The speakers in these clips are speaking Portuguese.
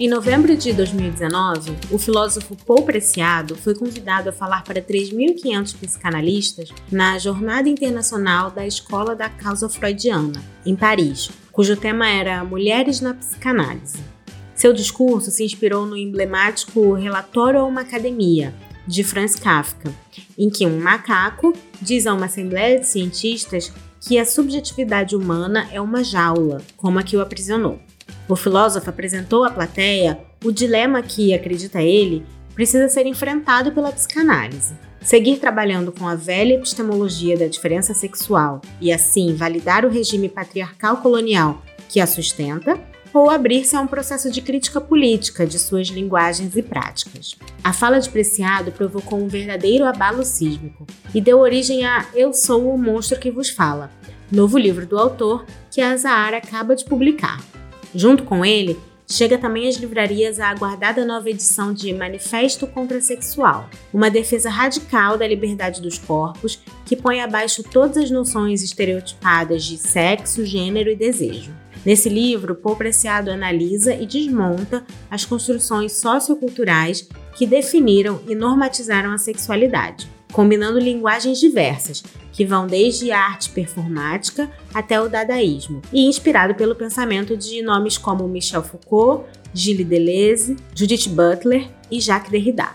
Em novembro de 2019, o filósofo Paul Preciado foi convidado a falar para 3.500 psicanalistas na Jornada Internacional da Escola da Causa Freudiana, em Paris, cujo tema era Mulheres na Psicanálise. Seu discurso se inspirou no emblemático Relatório a uma Academia, de Franz Kafka, em que um macaco diz a uma assembleia de cientistas que a subjetividade humana é uma jaula, como a que o aprisionou. O filósofo apresentou à plateia o dilema que, acredita ele, precisa ser enfrentado pela psicanálise. Seguir trabalhando com a velha epistemologia da diferença sexual e, assim, validar o regime patriarcal colonial que a sustenta, ou abrir-se a um processo de crítica política de suas linguagens e práticas. A fala de Preciado provocou um verdadeiro abalo sísmico e deu origem a Eu Sou o Monstro que Vos Fala, novo livro do autor que a Azahara acaba de publicar. Junto com ele, chega também às livrarias a aguardada nova edição de Manifesto Contrasexual, uma defesa radical da liberdade dos corpos que põe abaixo todas as noções estereotipadas de sexo, gênero e desejo. Nesse livro, Paul Preciado analisa e desmonta as construções socioculturais que definiram e normatizaram a sexualidade, combinando linguagens diversas, que vão desde a arte performática até o dadaísmo, e inspirado pelo pensamento de nomes como Michel Foucault, Gilles Deleuze, Judith Butler e Jacques Derrida.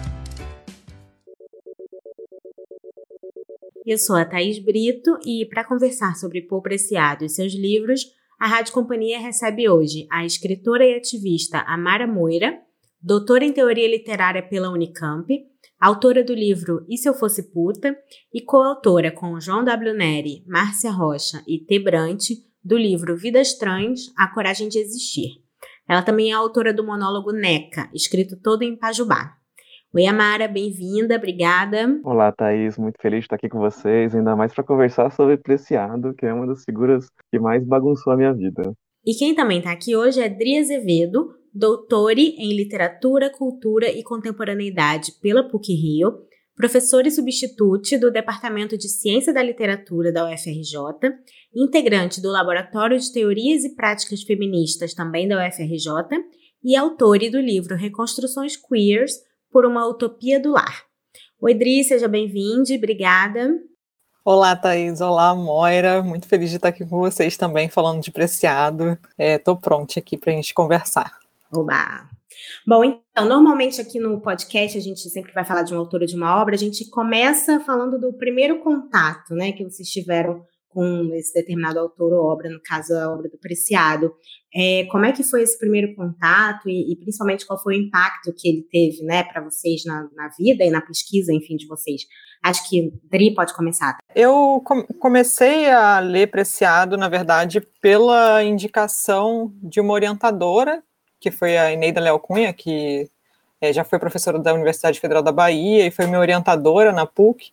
Eu sou a Thaís Brito e, para conversar sobre Paul Preciado e seus livros, a Rádio Companhia recebe hoje a escritora e ativista Amara Moira, doutora em Teoria Literária pela Unicamp, autora do livro E Se Eu Fosse Puta e coautora com João W. Neri, Márcia Rocha e T. Brant do livro Vidas Trans, A Coragem de Existir. Ela também é autora do monólogo Neca, escrito todo em Pajubá. Oi, Amara, bem-vinda, obrigada. Olá, Thaís, muito feliz de estar aqui com vocês, ainda mais para conversar sobre Preciado, que é uma das figuras que mais bagunçou a minha vida. E quem também está aqui hoje é Dri Azevedo, doutore em Literatura, Cultura e Contemporaneidade pela PUC-Rio, professora e substitute do Departamento de Ciência da Literatura da UFRJ, integrante do Laboratório de Teorias e Práticas Feministas também da UFRJ e autora do livro Reconstruções Queers por uma Utopia do Lar. Oi, Dri, seja bem-vinda, obrigada. Olá, Thaís. Olá, Moira. Muito feliz de estar aqui com vocês também, falando de Preciado. Estou pronta aqui para a gente conversar. Oba! Bom, então, normalmente aqui no podcast a gente sempre vai falar de um autor ou de uma obra, a gente começa falando do primeiro contato, né, que vocês tiveram com esse determinado autor ou obra, no caso a obra do Preciado. Como é que foi esse primeiro contato e principalmente qual foi o impacto que ele teve, né, para vocês na vida e na pesquisa, enfim, de vocês? Acho que Dri pode começar. Eu comecei a ler Preciado, na verdade, pela indicação de uma orientadora, que foi a Eneida Leal Cunha, que já foi professora da Universidade Federal da Bahia e foi minha orientadora na PUC.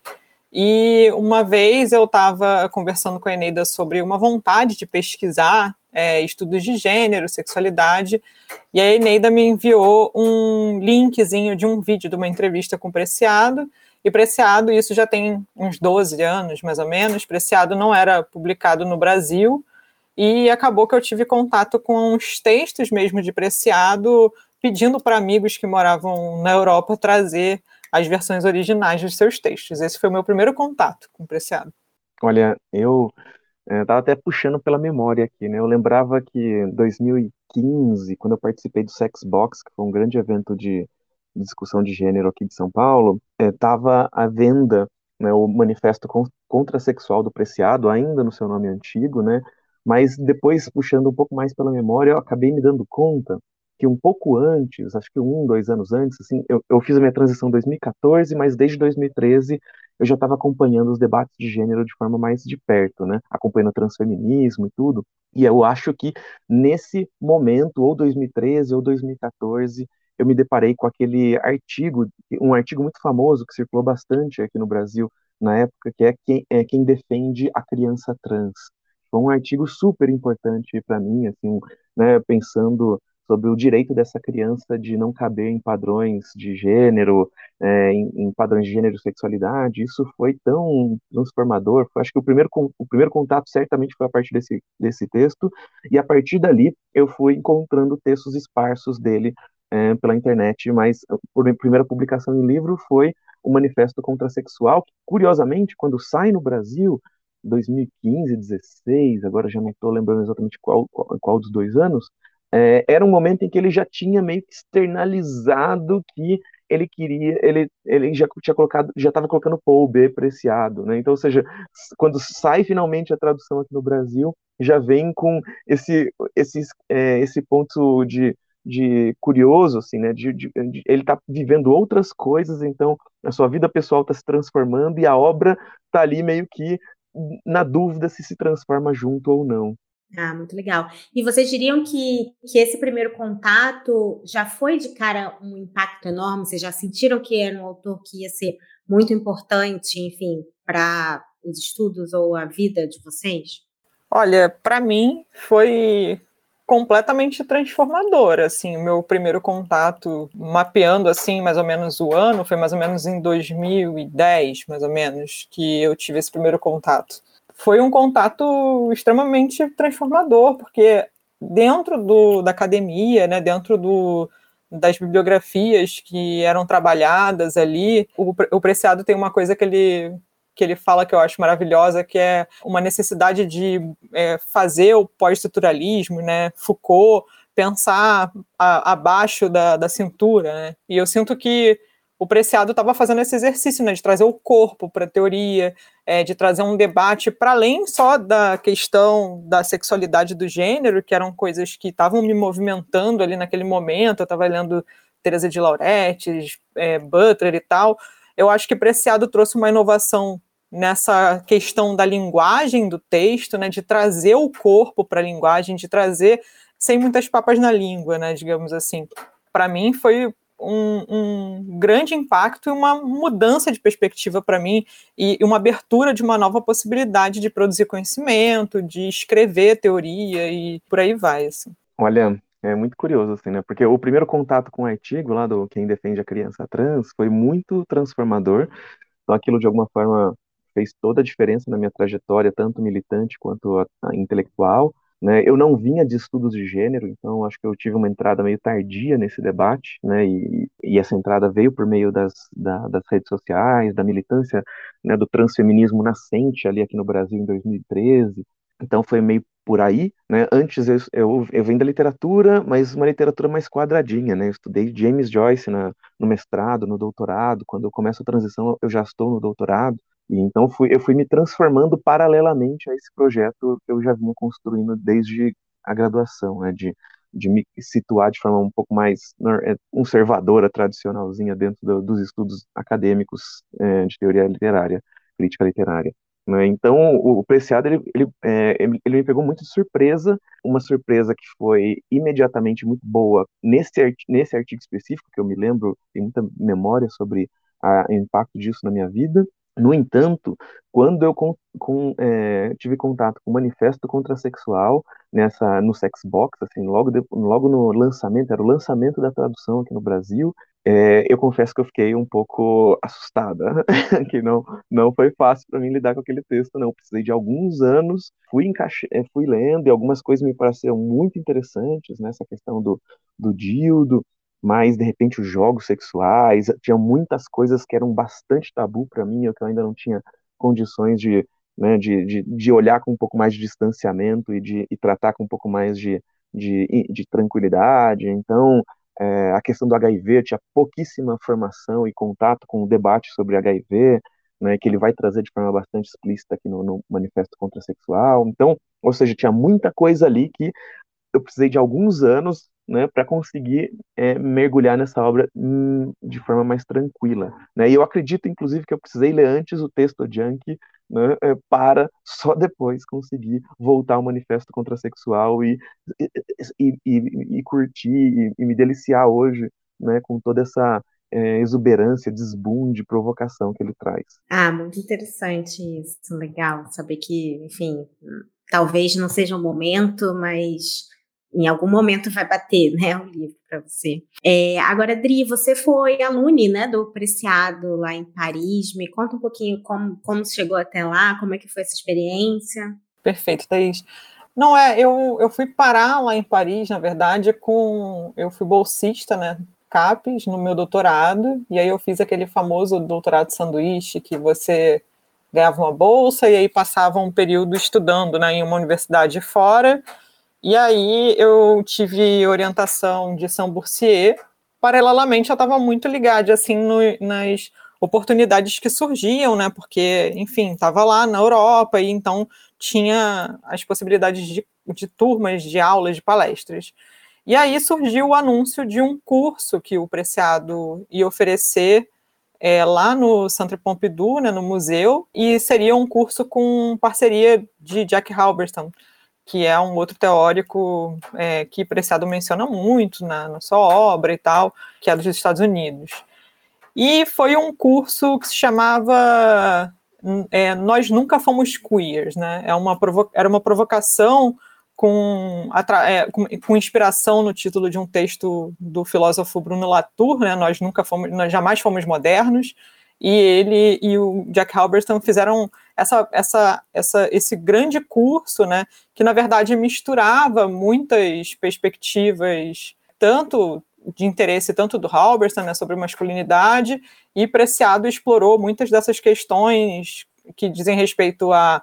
E uma vez eu estava conversando com a Eneida sobre uma vontade de pesquisar estudos de gênero, sexualidade, e a Eneida me enviou um linkzinho de um vídeo de uma entrevista com Preciado, e Preciado, isso já tem uns 12 anos, mais ou menos, Preciado não era publicado no Brasil, e acabou que eu tive contato com uns textos mesmo de Preciado, pedindo para amigos que moravam na Europa trazer as versões originais dos seus textos. Esse foi o meu primeiro contato com Preciado. Olha, eu estava até puxando pela memória aqui, né? Eu lembrava que em 2015, quando eu participei do Sex Box, que foi um grande evento de discussão de gênero aqui de São Paulo, estava à venda, né, o Manifesto Contrasexual do Preciado, ainda no seu nome antigo, né? Mas depois, puxando um pouco mais pela memória, eu acabei me dando conta que um pouco antes, acho que 2 anos antes, assim, eu fiz a minha transição em 2014, mas desde 2013 eu já estava acompanhando os debates de gênero de forma mais de perto, né? Acompanhando o transfeminismo e tudo. E eu acho que nesse momento, ou 2013 ou 2014, eu me deparei com aquele artigo, um artigo muito famoso que circulou bastante aqui no Brasil na época, que é quem defende a criança trans. Foi um artigo super importante para mim, assim, né, pensando sobre o direito dessa criança de não caber em padrões de gênero, em padrões de gênero e sexualidade. Isso foi tão transformador. Acho que o primeiro contato certamente foi a partir desse texto, e a partir dali eu fui encontrando textos esparsos dele pela internet, mas a primeira publicação em livro foi o Manifesto Contrasexual, que, curiosamente, quando sai no Brasil, 2015, 16, agora já não estou lembrando exatamente qual dos 2 anos, era um momento em que ele já tinha meio que externalizado que ele queria, ele já tinha colocado, já estava colocando Paul B. Preciado, né? Então, ou seja, quando sai finalmente a tradução aqui no Brasil, já vem com esse ponto de curioso, assim, né? Ele está vivendo outras coisas, então a sua vida pessoal está se transformando e a obra está ali meio que na dúvida se transforma junto ou não. Ah, muito legal. E vocês diriam que esse primeiro contato já foi de cara um impacto enorme? Vocês já sentiram que era um autor que ia ser muito importante, enfim, para os estudos ou a vida de vocês? Olha, para mim foi completamente transformador, assim, o meu primeiro contato, mapeando, assim, mais ou menos o ano, foi mais ou menos em 2010, mais ou menos, que eu tive esse primeiro contato. Foi um contato extremamente transformador, porque dentro da academia, né, dentro das bibliografias que eram trabalhadas ali, o Preciado tem uma coisa que ele fala que eu acho maravilhosa, que é uma necessidade de fazer o pós-estruturalismo, né? Foucault pensar abaixo da cintura, né? E eu sinto que o Preciado estava fazendo esse exercício, né, de trazer o corpo para a teoria, de trazer um debate para além só da questão da sexualidade do gênero, que eram coisas que estavam me movimentando ali naquele momento. Eu estava lendo Teresa de Lauretis, Butler e tal. Eu acho que Preciado trouxe uma inovação nessa questão da linguagem do texto, né, de trazer o corpo para a linguagem, de trazer sem muitas papas na língua, né, digamos assim. Para mim foi um grande impacto e uma mudança de perspectiva para mim e uma abertura de uma nova possibilidade de produzir conhecimento, de escrever teoria e por aí vai, assim. Olha, é muito curioso, assim, né? Porque o primeiro contato com o artigo lá do Quem Defende a Criança Trans foi muito transformador. Então, aquilo, de alguma forma, fez toda a diferença na minha trajetória, tanto militante quanto a intelectual, né? Eu não vinha de estudos de gênero, então acho que eu tive uma entrada meio tardia nesse debate, né? E essa entrada veio por meio das redes sociais, da militância, né, do transfeminismo nascente ali aqui no Brasil em 2013. Então foi meio por aí, né? Antes eu venho da literatura, mas uma literatura mais quadradinha, né? Eu estudei James Joyce no mestrado, no doutorado. Quando eu começo a transição, eu já estou no doutorado. E então eu fui me transformando paralelamente a esse projeto que eu já vinha construindo desde a graduação, né? De me situar de forma um pouco mais conservadora, tradicionalzinha, dentro dos estudos acadêmicos de teoria literária, crítica literária. Né? Então, o Preciado, ele me pegou muito de surpresa, uma surpresa que foi imediatamente muito boa nesse artigo específico, que eu me lembro, tem muita memória sobre o impacto disso na minha vida. No entanto, quando eu tive contato com o Manifesto Contrasexual, no Sexbox, assim, logo no lançamento, era o lançamento da tradução aqui no Brasil, eu confesso que eu fiquei um pouco assustada, que não foi fácil para mim lidar com aquele texto, não. Eu precisei de alguns anos, fui lendo, e algumas coisas me pareceram muito interessantes, né? Essa questão do dildo, mas de repente os jogos sexuais, tinha muitas coisas que eram bastante tabu para mim, eu que eu ainda não tinha condições né, de olhar com um pouco mais de distanciamento e tratar com um pouco mais de tranquilidade. Então, a questão do HIV, eu tinha pouquíssima formação e contato com o debate sobre HIV, né, que ele vai trazer de forma bastante explícita aqui no Manifesto Contrasexual. Então, ou seja, tinha muita coisa ali que eu precisei de alguns anos, né, para conseguir mergulhar nessa obra de forma mais tranquila, né? E eu acredito, inclusive, que eu precisei ler antes o texto Junk, né, para só depois conseguir voltar ao Manifesto Contrasexual e curtir e me deliciar hoje, né, com toda essa exuberância, desbunde, provocação que ele traz. Ah, muito interessante isso, legal saber que, enfim, talvez não seja o momento, mas em algum momento vai bater, né, o livro para você. Agora, Dri, você foi alune, né, do Preciado lá em Paris. Me conta um pouquinho como chegou até lá, como é que foi essa experiência. Perfeito, Thaís. Não, eu fui parar lá em Paris, na verdade, eu fui bolsista, né, CAPES, no meu doutorado, e aí eu fiz aquele famoso doutorado sanduíche, que você ganhava uma bolsa e aí passava um período estudando, né, em uma universidade fora, e aí eu tive orientação de Saint-Boursier. Paralelamente eu estava muito ligada, assim, nas oportunidades que surgiam, né, porque, enfim, estava lá na Europa, e então tinha as possibilidades de turmas, de aulas, de palestras. E aí surgiu o anúncio de um curso que o Preciado ia oferecer lá no Centre Pompidou, né, no museu, e seria um curso com parceria de Jack Halberstam, que é um outro teórico que Preciado menciona muito na sua obra e tal, que é dos Estados Unidos. E foi um curso que se chamava Nós Nunca Fomos Queers, né? Era uma provocação com inspiração no título de um texto do filósofo Bruno Latour, né? Nós jamais fomos modernos, e ele e o Jack Halberstam fizeram esse grande curso, né? Que na verdade misturava muitas perspectivas, tanto de interesse tanto do Halberstam, né, sobre masculinidade, e Preciado explorou muitas dessas questões que dizem respeito à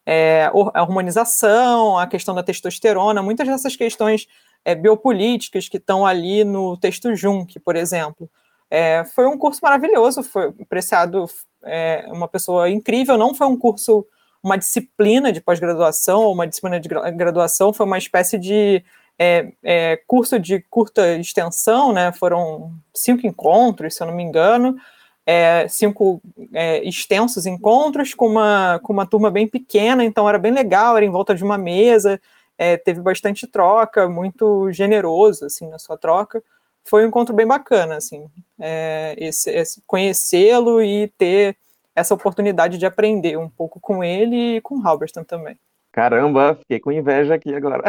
hormonização, à questão da testosterona, muitas dessas questões biopolíticas que estão ali no texto Jung, por exemplo. Foi um curso maravilhoso, foi Preciado uma pessoa incrível, não foi um curso, uma disciplina de pós-graduação ou uma disciplina de graduação, foi uma espécie de curso de curta extensão, né? Foram 5 encontros, se eu não me engano, 5 extensos encontros com uma turma bem pequena, então era bem legal, era em volta de uma mesa, teve bastante troca, muito generoso assim, na sua troca. Foi um encontro bem bacana, assim, conhecê-lo e ter essa oportunidade de aprender um pouco com ele e com Halberstam também. Caramba, fiquei com inveja aqui agora.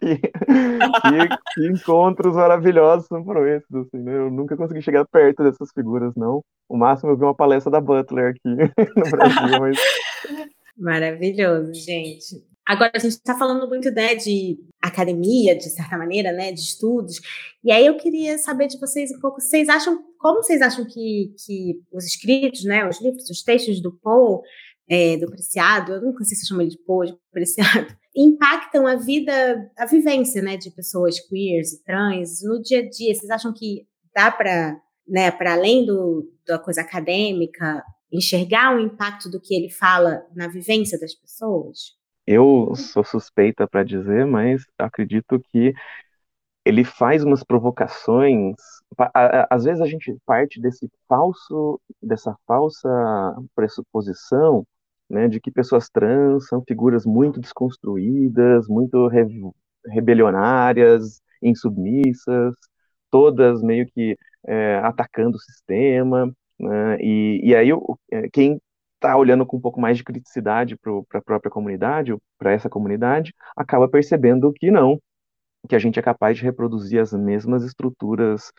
que encontros maravilhosos foram esses, assim, né? Eu nunca consegui chegar perto dessas figuras, não. O máximo eu vi uma palestra da Butler aqui no Brasil, mas... Maravilhoso, gente. Agora, a gente está falando muito, né, de academia, de certa maneira, né, de estudos, e aí eu queria saber de vocês um pouco, como vocês acham que os escritos, né, os livros, os textos do Poe, do Preciado, eu nunca sei se eu chamo ele de Poe, de Preciado, impactam a vivência, né, de pessoas queers e trans no dia a dia? Vocês acham que dá para, né, para além da coisa acadêmica, enxergar o impacto do que ele fala na vivência das pessoas? Eu sou suspeita para dizer, mas acredito que ele faz umas provocações. Às vezes a gente parte dessa falsa pressuposição, né, de que pessoas trans são figuras muito desconstruídas, muito rebelionárias, insubmissas, todas meio que atacando o sistema, né, e aí quem está olhando com um pouco mais de criticidade para a própria comunidade, para essa comunidade, acaba percebendo que não, que a gente é capaz de reproduzir as mesmas estruturas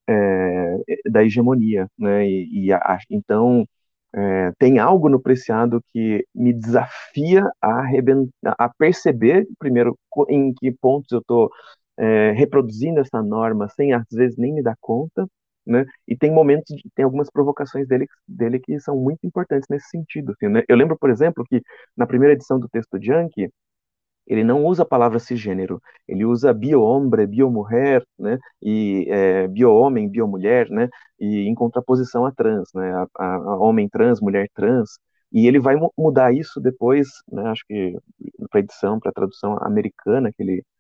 da hegemonia, né? Então tem algo no Preciado que me desafia a perceber, primeiro, em que pontos eu estou reproduzindo essa norma sem às vezes nem me dar conta, né? E tem tem algumas provocações dele que são muito importantes nesse sentido, assim, né? Eu lembro, por exemplo, que na primeira edição do texto Junkie, ele não usa a palavra cisgênero, ele usa bio-hombre, bio-mulher, né, e bio-homem, bio-mulher, né, e em contraposição a trans, né, a homem trans, mulher trans, e ele vai mudar isso depois, né, acho que para a edição, para a tradução americana,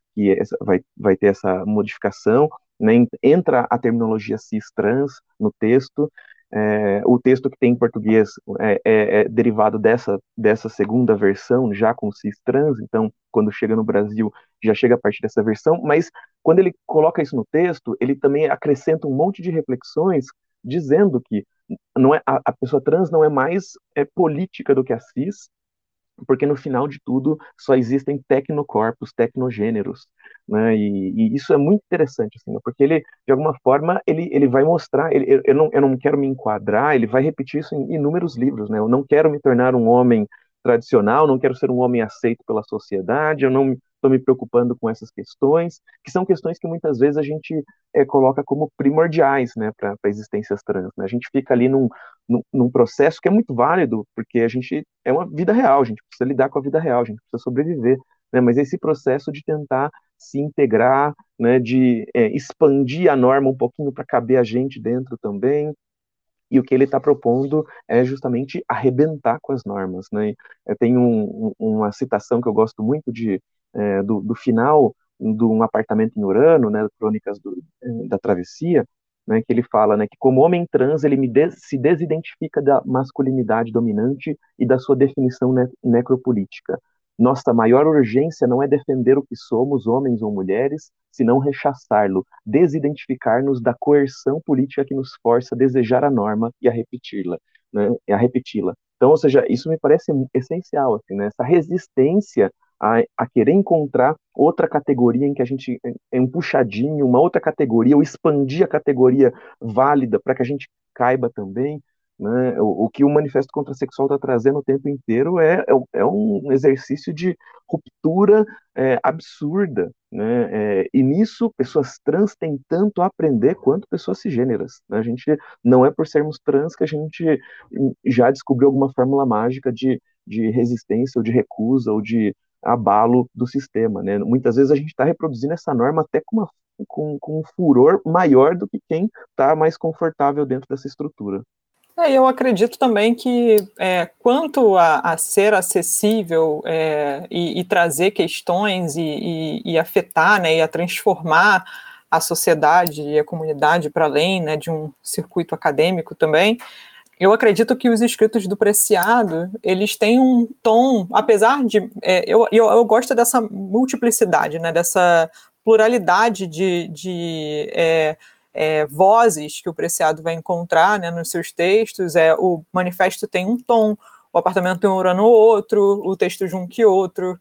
vai ter essa modificação, né, entra a terminologia cis-trans no texto. O texto que tem em português é derivado dessa segunda versão, já com cis-trans, então, quando chega no Brasil, já chega a partir dessa versão, mas quando ele coloca isso no texto, ele também acrescenta um monte de reflexões, dizendo que não é, a pessoa trans não é mais política do que a cis, porque no final de tudo só existem tecnocorpos, tecnogêneros, né? E isso é muito interessante, assim, né? Porque ele, de alguma forma, ele vai mostrar, eu não quero me enquadrar, ele vai repetir isso em inúmeros livros, né? Eu não quero me tornar um homem tradicional, não quero ser um homem aceito pela sociedade, eu não estou me preocupando com essas questões, que são questões que muitas vezes a gente coloca como primordiais, né, para existências trans, né? A gente fica ali num processo que é muito válido, porque a gente é uma vida real, a gente precisa lidar com a vida real, a gente precisa sobreviver, né? Mas esse processo de tentar se integrar, né, de expandir a norma um pouquinho para caber a gente dentro também, e o que ele está propondo é justamente arrebentar com as normas, né? Tem uma citação que eu gosto muito do final de um apartamento em Urano, né, Crônicas da Travessia, né, que ele fala, né, que como homem trans ele se desidentifica da masculinidade dominante e da sua definição necropolítica. Nossa maior urgência não é defender o que somos, homens ou mulheres, senão rechaçá-lo, desidentificar-nos da coerção política que nos força a desejar a norma e a repeti-la, né? E a repeti-la. Então, ou seja, isso me parece essencial, assim, né? Essa resistência a querer encontrar outra categoria em que a gente é um puxadinho, uma outra categoria, ou expandir a categoria válida para que a gente caiba também, né? O que o Manifesto Contrasexual está trazendo o tempo inteiro é um exercício de ruptura absurda, né? E nisso, pessoas trans têm tanto a aprender quanto pessoas cisgêneras, né? A gente não é por sermos trans que a gente já descobriu alguma fórmula mágica de resistência ou de recusa ou de abalo do sistema, né? Muitas vezes a gente está reproduzindo essa norma até com um furor maior do que quem está mais confortável dentro dessa estrutura. Eu acredito também que quanto a ser acessível e trazer questões e afetar, né, e a transformar a sociedade e a comunidade para além, né, de um circuito acadêmico também, eu acredito que os escritos do Preciado, eles têm um tom, apesar de... eu gosto dessa multiplicidade, né, dessa pluralidade de vozes que o Preciado vai encontrar, né, nos seus textos. O manifesto tem um tom, o apartamento tem um Urano outro, o texto Junque outro,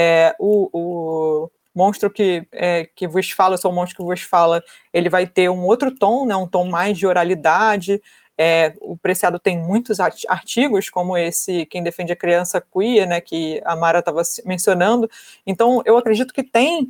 o monstro que vos fala, só o monstro que vos fala, ele vai ter um outro tom, né, um tom mais de oralidade. O Preciado tem muitos artigos, como esse Quem Defende a Criança Queer, né, que a Mara estava mencionando. Então, eu acredito que tem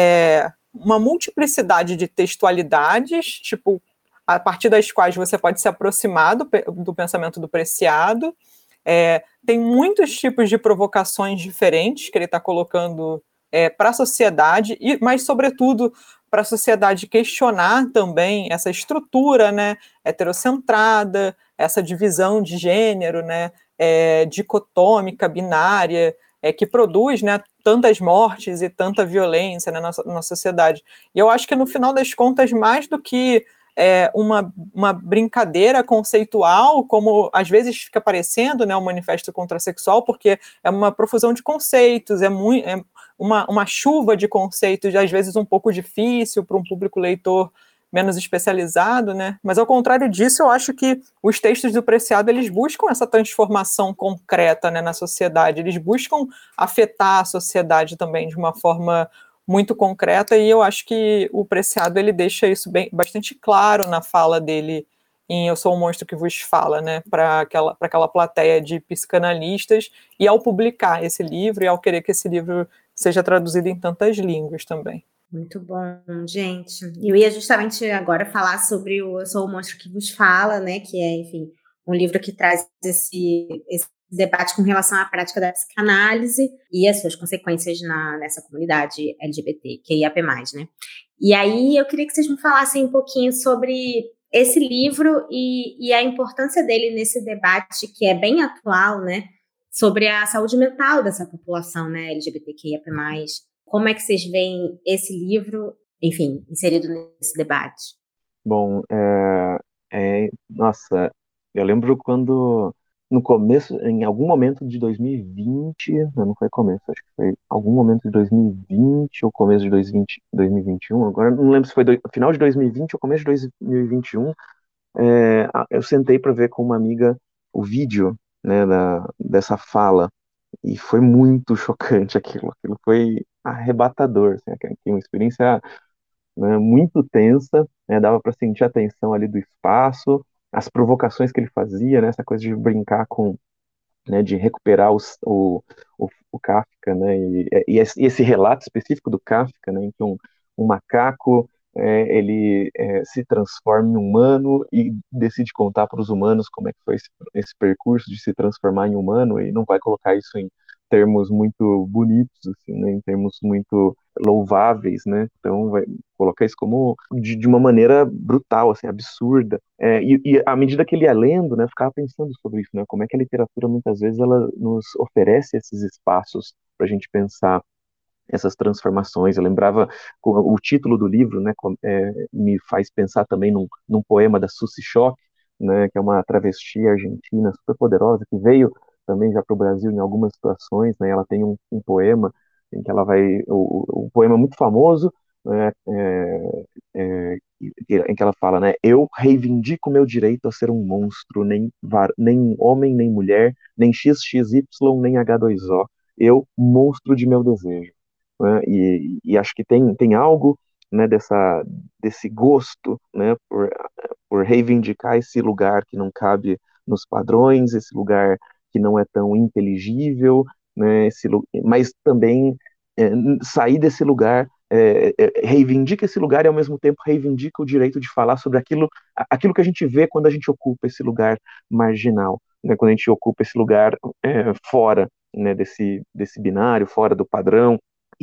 uma multiplicidade de textualidades, tipo, a partir das quais você pode se aproximar do pensamento do Preciado. Tem muitos tipos de provocações diferentes que ele está colocando para a sociedade, mas, sobretudo, para a sociedade questionar também essa estrutura, né, heterocentrada, essa divisão de gênero, né, dicotômica, binária, que produz, né, tantas mortes e tanta violência, né, na sociedade. E eu acho que, no final das contas, mais do que uma brincadeira conceitual, como às vezes fica parecendo, né, o Manifesto Contrasexual, porque é uma profusão de conceitos, uma chuva de conceitos, às vezes um pouco difícil para um público leitor menos especializado, né? Mas, ao contrário disso, eu acho que os textos do Preciado, eles buscam essa transformação concreta, né, na sociedade, eles buscam afetar a sociedade também de uma forma muito concreta, e eu acho que o Preciado, ele deixa isso bastante claro na fala dele em Eu Sou o Monstro que Vos Fala, né, para aquela plateia de psicanalistas, e ao publicar esse livro, e ao querer que esse livro seja traduzido em tantas línguas também. Muito bom, gente. Eu ia justamente agora falar sobre o Eu Sou o Monstro que Vos Fala, né, que é, enfim, um livro que traz esse debate com relação à prática da psicanálise e as suas consequências nessa comunidade LGBTQIAP+, né? E aí eu queria que vocês me falassem um pouquinho sobre esse livro e a importância dele nesse debate que é bem atual, né, sobre a saúde mental dessa população, né, LGBTQIAP+. Como é que vocês veem esse livro, enfim, inserido nesse debate? Bom, nossa, eu lembro quando, no começo, em algum momento de 2020, não foi começo, acho que foi algum momento de 2020 ou começo de 2021, agora não lembro se foi final de 2020 ou começo de 2021, eu sentei para ver com uma amiga o vídeo, né, dessa fala, E foi muito chocante aquilo foi arrebatador, assim, uma experiência, né, muito tensa, né, dava para sentir a tensão ali do espaço, as provocações que ele fazia, né, essa coisa de brincar com, né, de recuperar o Kafka, né, e esse relato específico do Kafka, né, em que um macaco ele se transforma em humano e decide contar para os humanos como é que foi esse percurso de se transformar em humano, e não vai colocar isso em termos muito bonitos, assim, né, em termos muito louváveis, né, então vai colocar isso como de uma maneira brutal, assim, absurda. E à medida que ele ia lendo, né, eu ficava pensando sobre isso, né, como é que a literatura muitas vezes ela nos oferece esses espaços para a gente pensar essas transformações. Eu lembrava o título do livro, né, me faz pensar também num poema da Susy Shock, né, que é uma travesti argentina super poderosa que veio também já para o Brasil em algumas situações, né. Ela tem um poema em que ela vai, o poema é muito famoso, né, em que ela fala, né, eu reivindico meu direito a ser um monstro, nem homem, nem mulher, nem XXY, nem H2O, eu, monstro de meu desejo, né? E acho que tem algo, né, desse gosto, né, por reivindicar esse lugar que não cabe nos padrões, esse lugar que não é tão inteligível, né, mas também é, sair desse lugar, reivindica esse lugar e ao mesmo tempo reivindica o direito de falar sobre aquilo que a gente vê quando a gente ocupa esse lugar marginal, né, quando a gente ocupa esse lugar fora, né, desse binário, fora do padrão.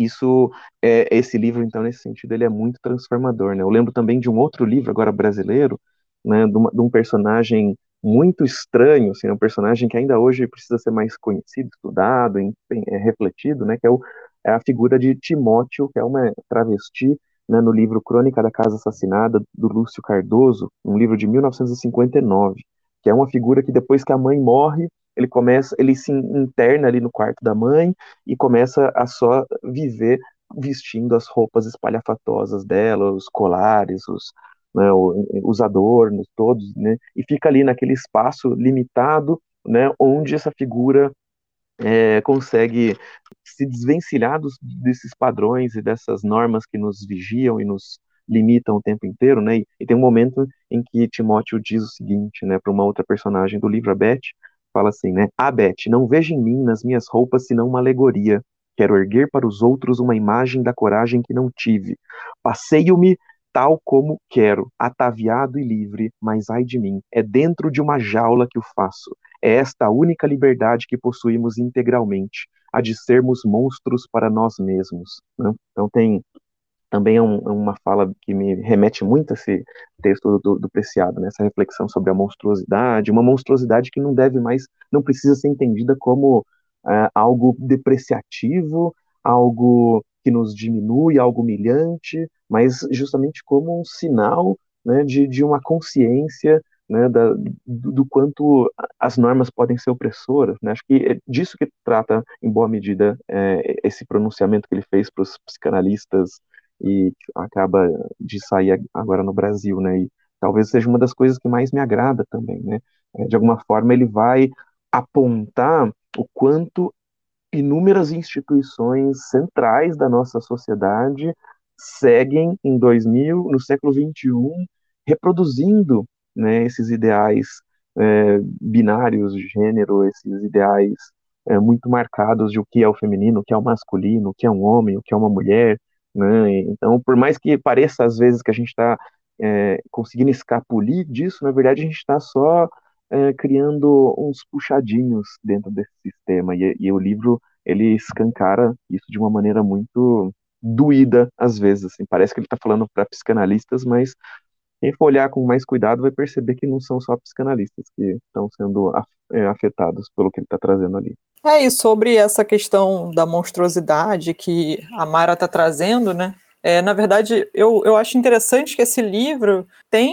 Esse livro, então, nesse sentido, ele é muito transformador, né? Eu lembro também de um outro livro, agora brasileiro, né, de um personagem muito estranho, assim, um personagem que ainda hoje precisa ser mais conhecido, estudado, refletido, né, que é a figura de Timóteo, que é uma travesti, né, no livro Crônica da Casa Assassinada, do Lúcio Cardoso, um livro de 1959, que é uma figura que depois que a mãe morre, ele se interna ali no quarto da mãe e começa a só viver vestindo as roupas espalhafatosas dela, os colares, né, os adornos todos, né, e fica ali naquele espaço limitado, né, onde essa figura consegue se desvencilhar desses padrões e dessas normas que nos vigiam e nos limitam o tempo inteiro, né? E tem um momento em que Timóteo diz o seguinte, né, para uma outra personagem do livro, a Beth, fala assim, né? Ah, Beth, não veja em mim, nas minhas roupas, senão uma alegoria. Quero erguer para os outros uma imagem da coragem que não tive. Passeio-me tal como quero, ataviado e livre, mas ai de mim, é dentro de uma jaula que o faço. É esta a única liberdade que possuímos integralmente, a de sermos monstros para nós mesmos, né? Então tem também uma fala que me remete muito a esse texto do Preciado, né? Essa reflexão sobre a monstruosidade, uma monstruosidade que não precisa ser entendida como algo depreciativo, algo que nos diminui, algo humilhante, mas justamente como um sinal, né, de uma consciência, né, do quanto as normas podem ser opressoras, né? Acho que é disso que trata, em boa medida, esse pronunciamento que ele fez para os psicanalistas e acaba de sair agora no Brasil, né? E talvez seja uma das coisas que mais me agrada também, né? De alguma forma ele vai apontar o quanto inúmeras instituições centrais da nossa sociedade seguem no século XXI, reproduzindo, né, esses ideais binários de gênero, esses ideais muito marcados de o que é o feminino, o que é o masculino, o que é um homem, o que é uma mulher, né? Então, por mais que pareça às vezes que a gente está conseguindo escapulir disso, na verdade a gente está só criando uns puxadinhos dentro desse sistema, e o livro ele escancara isso de uma maneira muito doída às vezes, assim, parece que ele está falando para psicanalistas, mas quem for olhar com mais cuidado vai perceber que não são só psicanalistas que estão sendo afetados pelo que ele está trazendo ali. E sobre essa questão da monstruosidade que a Mara está trazendo, né? Na verdade, eu acho interessante que esse livro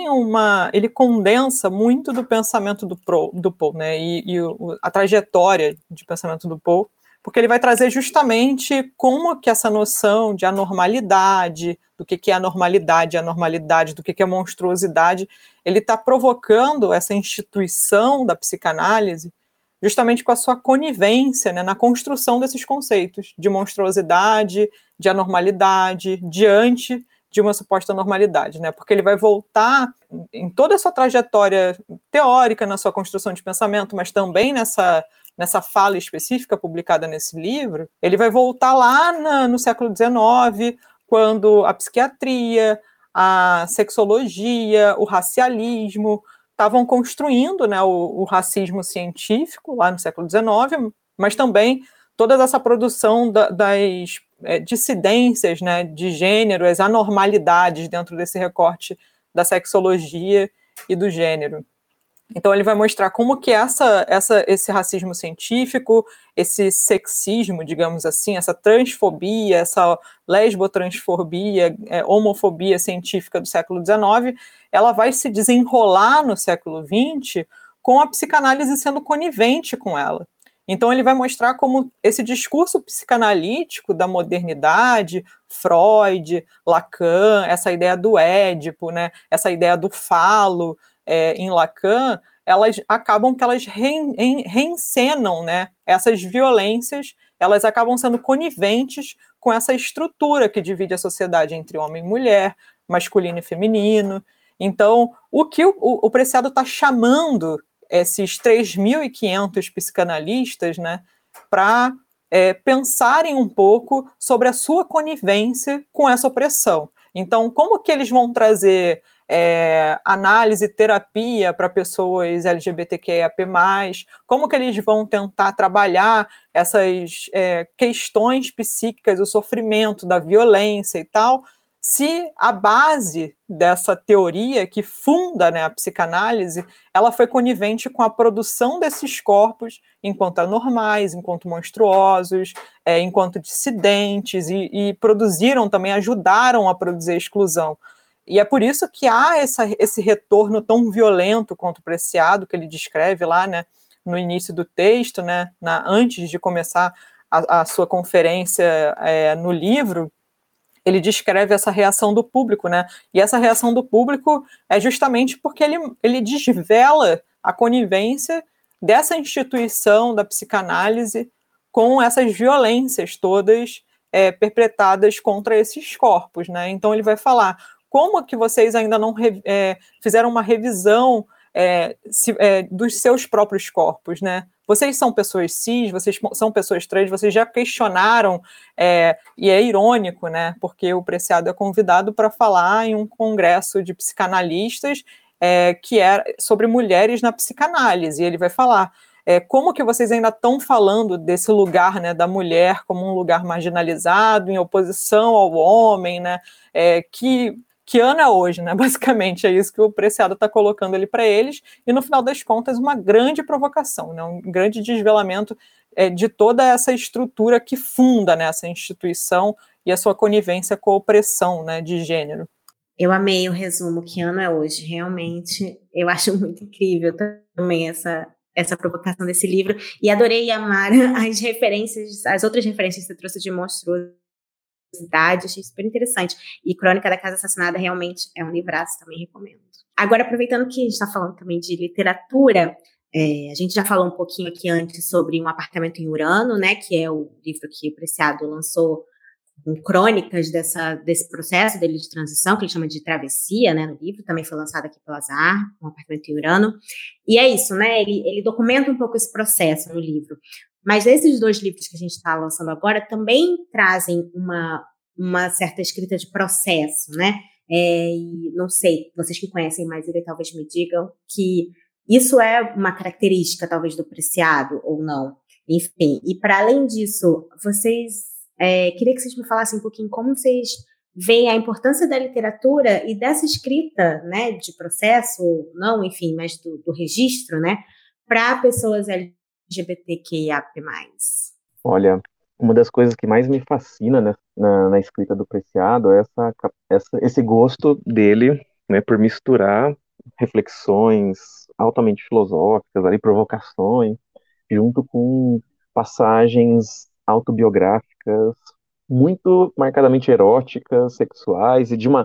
ele condensa muito do pensamento do Poe, né? E a trajetória de pensamento do Poe, porque ele vai trazer justamente como que essa noção de anormalidade, do que é anormalidade, do que é monstruosidade, ele está provocando essa instituição da psicanálise justamente com a sua conivência, né, na construção desses conceitos de monstruosidade, de anormalidade, diante de uma suposta normalidade, né? Porque ele vai voltar em toda a sua trajetória teórica, na sua construção de pensamento, mas também nessa fala específica publicada nesse livro, ele vai voltar lá no século XIX, quando a psiquiatria, a sexologia, o racialismo estavam construindo, né, o racismo científico lá no século XIX, mas também toda essa produção das dissidências, né, de gênero, as anormalidades dentro desse recorte da sexologia e do gênero. Então ele vai mostrar como que esse racismo científico, esse sexismo, digamos assim, essa transfobia, essa lesbotransfobia, homofobia científica do século XIX, ela vai se desenrolar no século XX com a psicanálise sendo conivente com ela. Então ele vai mostrar como esse discurso psicanalítico da modernidade, Freud, Lacan, essa ideia do Édipo, né, essa ideia do falo, em Lacan, elas acabam que elas reencenam, né, essas violências, elas acabam sendo coniventes com essa estrutura que divide a sociedade entre homem e mulher, masculino e feminino. Então, o que o Preciado está chamando esses 3.500 psicanalistas, né, para pensarem um pouco sobre a sua conivência com essa opressão. Então, como que eles vão trazer análise, terapia para pessoas LGBTQIAP+, como que eles vão tentar trabalhar essas questões psíquicas, o sofrimento, da violência e tal, se a base dessa teoria que funda, né, a psicanálise, ela foi conivente com a produção desses corpos enquanto anormais, enquanto monstruosos, enquanto dissidentes, e produziram também, ajudaram a produzir a exclusão. E é por isso que há esse retorno tão violento contra o Preciado, que ele descreve lá, né, no início do texto, né, antes de começar a sua conferência no livro. Ele descreve essa reação do público, né? E essa reação do público é justamente porque ele desvela a conivência dessa instituição da psicanálise com essas violências todas perpetradas contra esses corpos, né? Então ele vai falar como que vocês ainda não fizeram uma revisão dos seus próprios corpos, né? Vocês são pessoas cis, vocês são pessoas trans, vocês já questionaram, e é irônico, né? Porque o Preciado é convidado para falar em um congresso de psicanalistas que é sobre mulheres na psicanálise, e ele vai falar como que vocês ainda estão falando desse lugar, né, da mulher como um lugar marginalizado, em oposição ao homem, né? Que ano é hoje, né? Basicamente é isso que o Preciado está colocando ali para eles, e no final das contas uma grande provocação, né? Um grande desvelamento de toda essa estrutura que funda, né, essa instituição e a sua conivência com a opressão, né, de gênero. Eu amei o resumo, que ano é hoje, realmente eu acho muito incrível também essa provocação desse livro, e adorei, Amara, as referências, as outras referências que você trouxe de monstruosidade, achei super interessante. E Crônica da Casa Assassinada realmente é um livraço, também recomendo. Agora, aproveitando que a gente está falando também de literatura, a gente já falou um pouquinho aqui antes sobre Um Apartamento em Urano, né, que é o livro que o Preciado lançou com crônicas desse processo dele de transição, que ele chama de travessia, né, no livro, também foi lançado aqui pela Azar, Um Apartamento em Urano. E é isso, né, ele documenta um pouco esse processo no livro. Mas esses dois livros que a gente está lançando agora também trazem uma certa escrita de processo, né? E não sei, vocês que conhecem mais ele talvez me digam que isso é uma característica talvez do Preciado ou não. Enfim, e para além disso, queria que vocês me falassem um pouquinho como vocês veem a importância da literatura e dessa escrita, né, de processo, não, enfim, mas do registro, né, para pessoas LGBTQIAP+. Olha, uma das coisas que mais me fascina, né, na escrita do Preciado é esse gosto dele, né, por misturar reflexões altamente filosóficas, ali, provocações, junto com passagens autobiográficas muito marcadamente eróticas, sexuais, e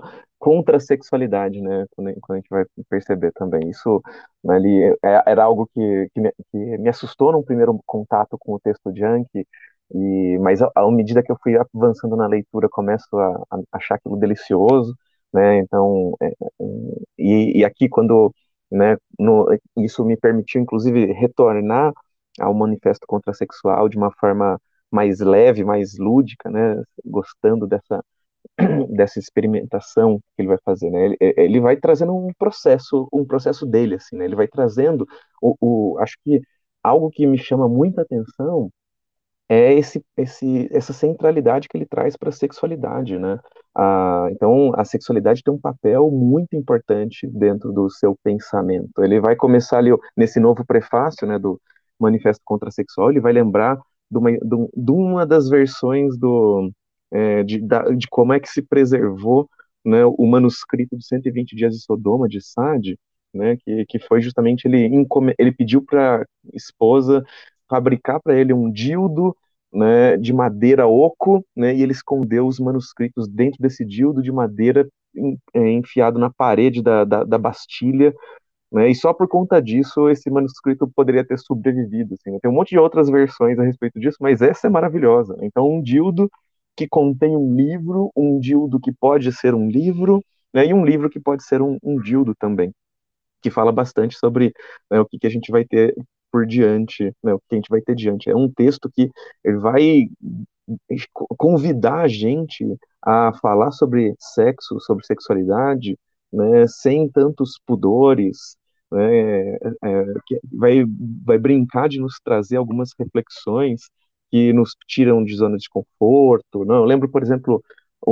contra a sexualidade, né? Quando a gente vai perceber também. Isso, né, ali, era algo que me assustou num primeiro contato com o texto Junk, mas à medida que eu fui avançando na leitura, começo a achar aquilo delicioso, né? Então, e aqui quando, né, isso me permitiu, inclusive, retornar ao Manifesto Contrasexual de uma forma mais leve, mais lúdica, né? Gostando dessa experimentação que ele vai fazer, né? Ele vai trazendo um processo dele, assim, né? Ele vai trazendo acho que algo que me chama muita atenção é essa centralidade que ele traz para a sexualidade, né? Então, a sexualidade tem um papel muito importante dentro do seu pensamento. Ele vai começar ali, nesse novo prefácio, né, do Manifesto Contrasexual, ele vai lembrar de uma das versões de como é que se preservou, né, o manuscrito dos 120 Dias de Sodoma, de Sade, né, que foi justamente ele pediu para a esposa fabricar para ele um dildo, né, de madeira oco, né, e ele escondeu os manuscritos dentro desse dildo de madeira enfiado na parede da Bastilha, né, e só por conta disso esse manuscrito poderia ter sobrevivido. Assim, né. Tem um monte de outras versões a respeito disso, mas essa é maravilhosa. Então, um dildo que contém um livro, um dildo que pode ser um livro, né, e um livro que pode ser um dildo também, que fala bastante sobre, né, o que a gente vai ter por diante, né, o que a gente vai ter diante. É um texto que vai convidar a gente a falar sobre sexo, sobre sexualidade, né, sem tantos pudores, né, que vai brincar de nos trazer algumas reflexões que nos tiram de zona de conforto. Não, eu lembro, por exemplo,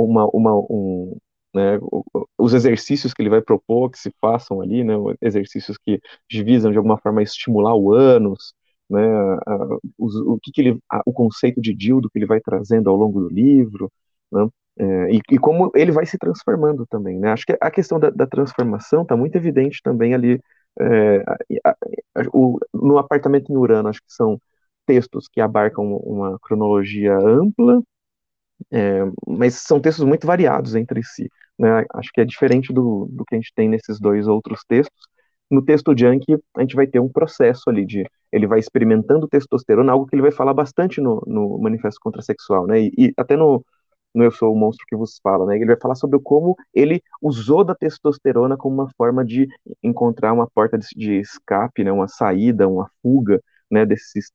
né, os exercícios que ele vai propor que se façam ali, né, exercícios que visam de alguma forma estimular o ânus, né, o conceito de dildo que ele vai trazendo ao longo do livro, né, e como ele vai se transformando também, né? Acho que a questão da transformação está muito evidente também ali, é, no Apartamento em Urano. Acho que são textos que abarcam uma cronologia ampla, mas são textos muito variados entre si, né? Acho que é diferente do que a gente tem nesses dois outros textos. No texto Junk, a gente vai ter um processo ali ele vai experimentando testosterona, algo que ele vai falar bastante no Manifesto Contrasexual, né? E até no Eu Sou o Monstro que Vos Fala, né? Ele vai falar sobre como ele usou da testosterona como uma forma de encontrar uma porta de escape, né? Uma saída, uma fuga, né?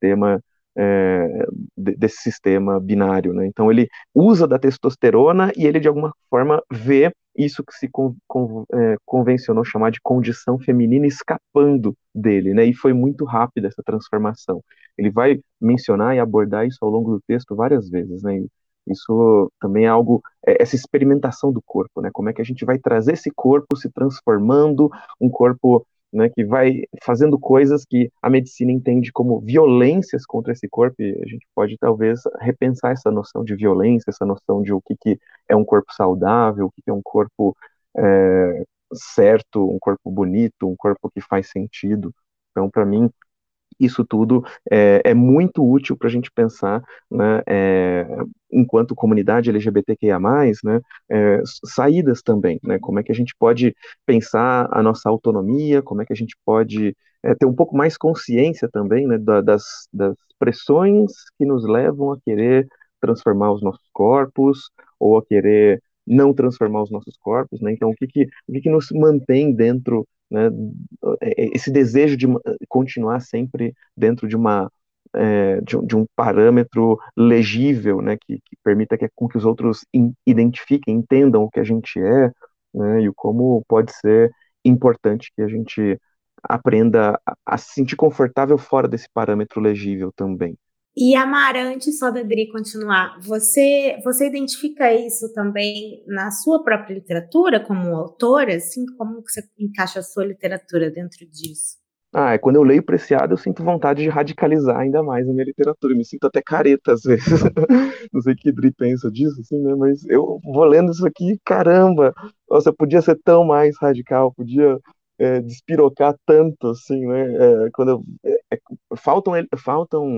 Desse sistema binário, né? Então ele usa da testosterona e ele de alguma forma vê isso que se convencionou chamar de condição feminina escapando dele, né? E foi muito rápida essa transformação. Ele vai mencionar e abordar isso ao longo do texto várias vezes, né? E isso também é algo, essa experimentação do corpo, né? Como é que a gente vai trazer esse corpo se transformando, um corpo, né, que vai fazendo coisas que a medicina entende como violências contra esse corpo, e a gente pode talvez repensar essa noção de violência, essa noção de o que é um corpo saudável, o que é um corpo certo, um corpo bonito, um corpo que faz sentido. Então, para mim, isso tudo é muito útil para a gente pensar, né, enquanto comunidade LGBTQIA+, né, saídas também, né, como é que a gente pode pensar a nossa autonomia, como é que a gente pode ter um pouco mais consciência também, né, das pressões que nos levam a querer transformar os nossos corpos, ou a querer não transformar os nossos corpos, né, então o que nos mantém dentro, né, esse desejo de continuar sempre dentro de um parâmetro legível, né, que permita com que os outros identifiquem, entendam o que a gente é, né, e como pode ser importante que a gente aprenda a se sentir confortável fora desse parâmetro legível também. E Amara, antes só da Adri continuar, você identifica isso também na sua própria literatura como autora? Assim, como que você encaixa a sua literatura dentro disso? Quando eu leio Preciado, eu sinto vontade de radicalizar ainda mais a minha literatura. Eu me sinto até careta às vezes. Não sei o que Dri pensa disso, assim, né? Mas eu vou lendo isso aqui, caramba! Nossa, podia ser tão mais radical, podia despirocar tanto, assim, né? Faltam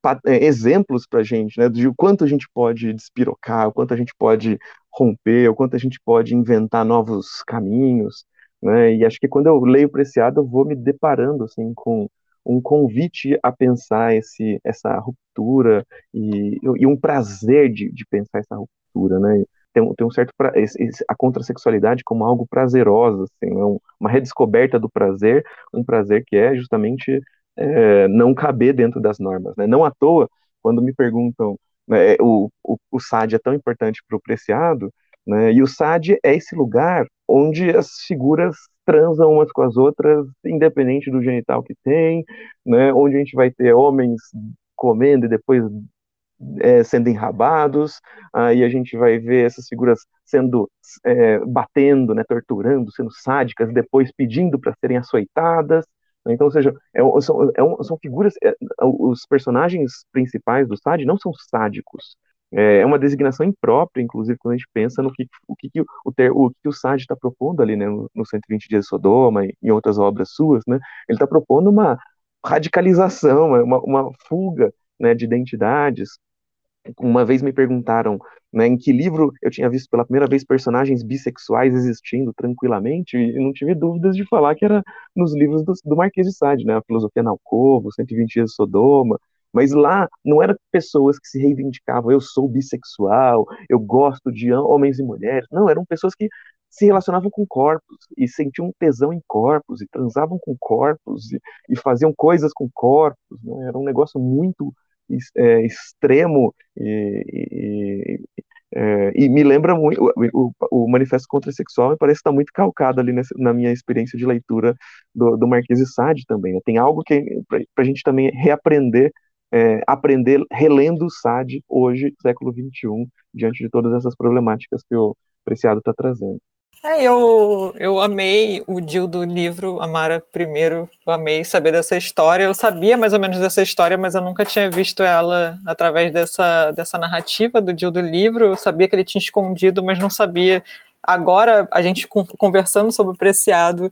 exemplos para a gente, né, de o quanto a gente pode despirocar, o quanto a gente pode romper, o quanto a gente pode inventar novos caminhos, né, e acho que quando eu leio Preciado eu vou me deparando assim com um convite a pensar essa ruptura e um prazer de pensar essa ruptura, né, tem um certo a contrassexualidade como algo prazeroso, assim, né, uma redescoberta do prazer, um prazer que é justamente não caber dentro das normas, né? Não à toa, quando me perguntam, né, o SAD é tão importante para o Preciado, né, e o SAD é esse lugar onde as figuras transam umas com as outras, independente do genital que tem, né, onde a gente vai ter homens comendo e depois sendo enrabados, aí a gente vai ver essas figuras sendo batendo, né, torturando, sendo sádicas, depois pedindo para serem açoitadas. Então, ou seja, são figuras, os personagens principais do SAD não são sádicos. É uma designação imprópria, inclusive, quando a gente pensa no que o SAD está propondo ali, né, no 120 Dias de Sodoma e em outras obras suas, né, ele está propondo uma radicalização, uma fuga, né, de identidades. Uma vez me perguntaram, né, em que livro eu tinha visto pela primeira vez personagens bissexuais existindo tranquilamente, e não tive dúvidas de falar que era nos livros do Marquês de Sade, né, a Filosofia na Alcova, 120 Dias de Sodoma, mas lá não eram pessoas que se reivindicavam, eu sou bissexual, eu gosto de homens e mulheres, não, eram pessoas que se relacionavam com corpos, e sentiam tesão em corpos, e transavam com corpos, e faziam coisas com corpos, né, era um negócio muito extremo e me lembra muito o Manifesto Contrassexual, me parece estar muito calcado ali na minha experiência de leitura do Marquês de Sade também, né? Tem algo que para a gente também reaprender, aprender relendo o Sade hoje, século XXI, diante de todas essas problemáticas que o Preciado está trazendo. Eu amei o Dil do livro, Amara, primeiro, eu amei saber dessa história, eu sabia mais ou menos dessa história, mas eu nunca tinha visto ela através dessa narrativa do Dil do livro, eu sabia que ele tinha escondido, mas não sabia. Agora, a gente conversando sobre o Preciado,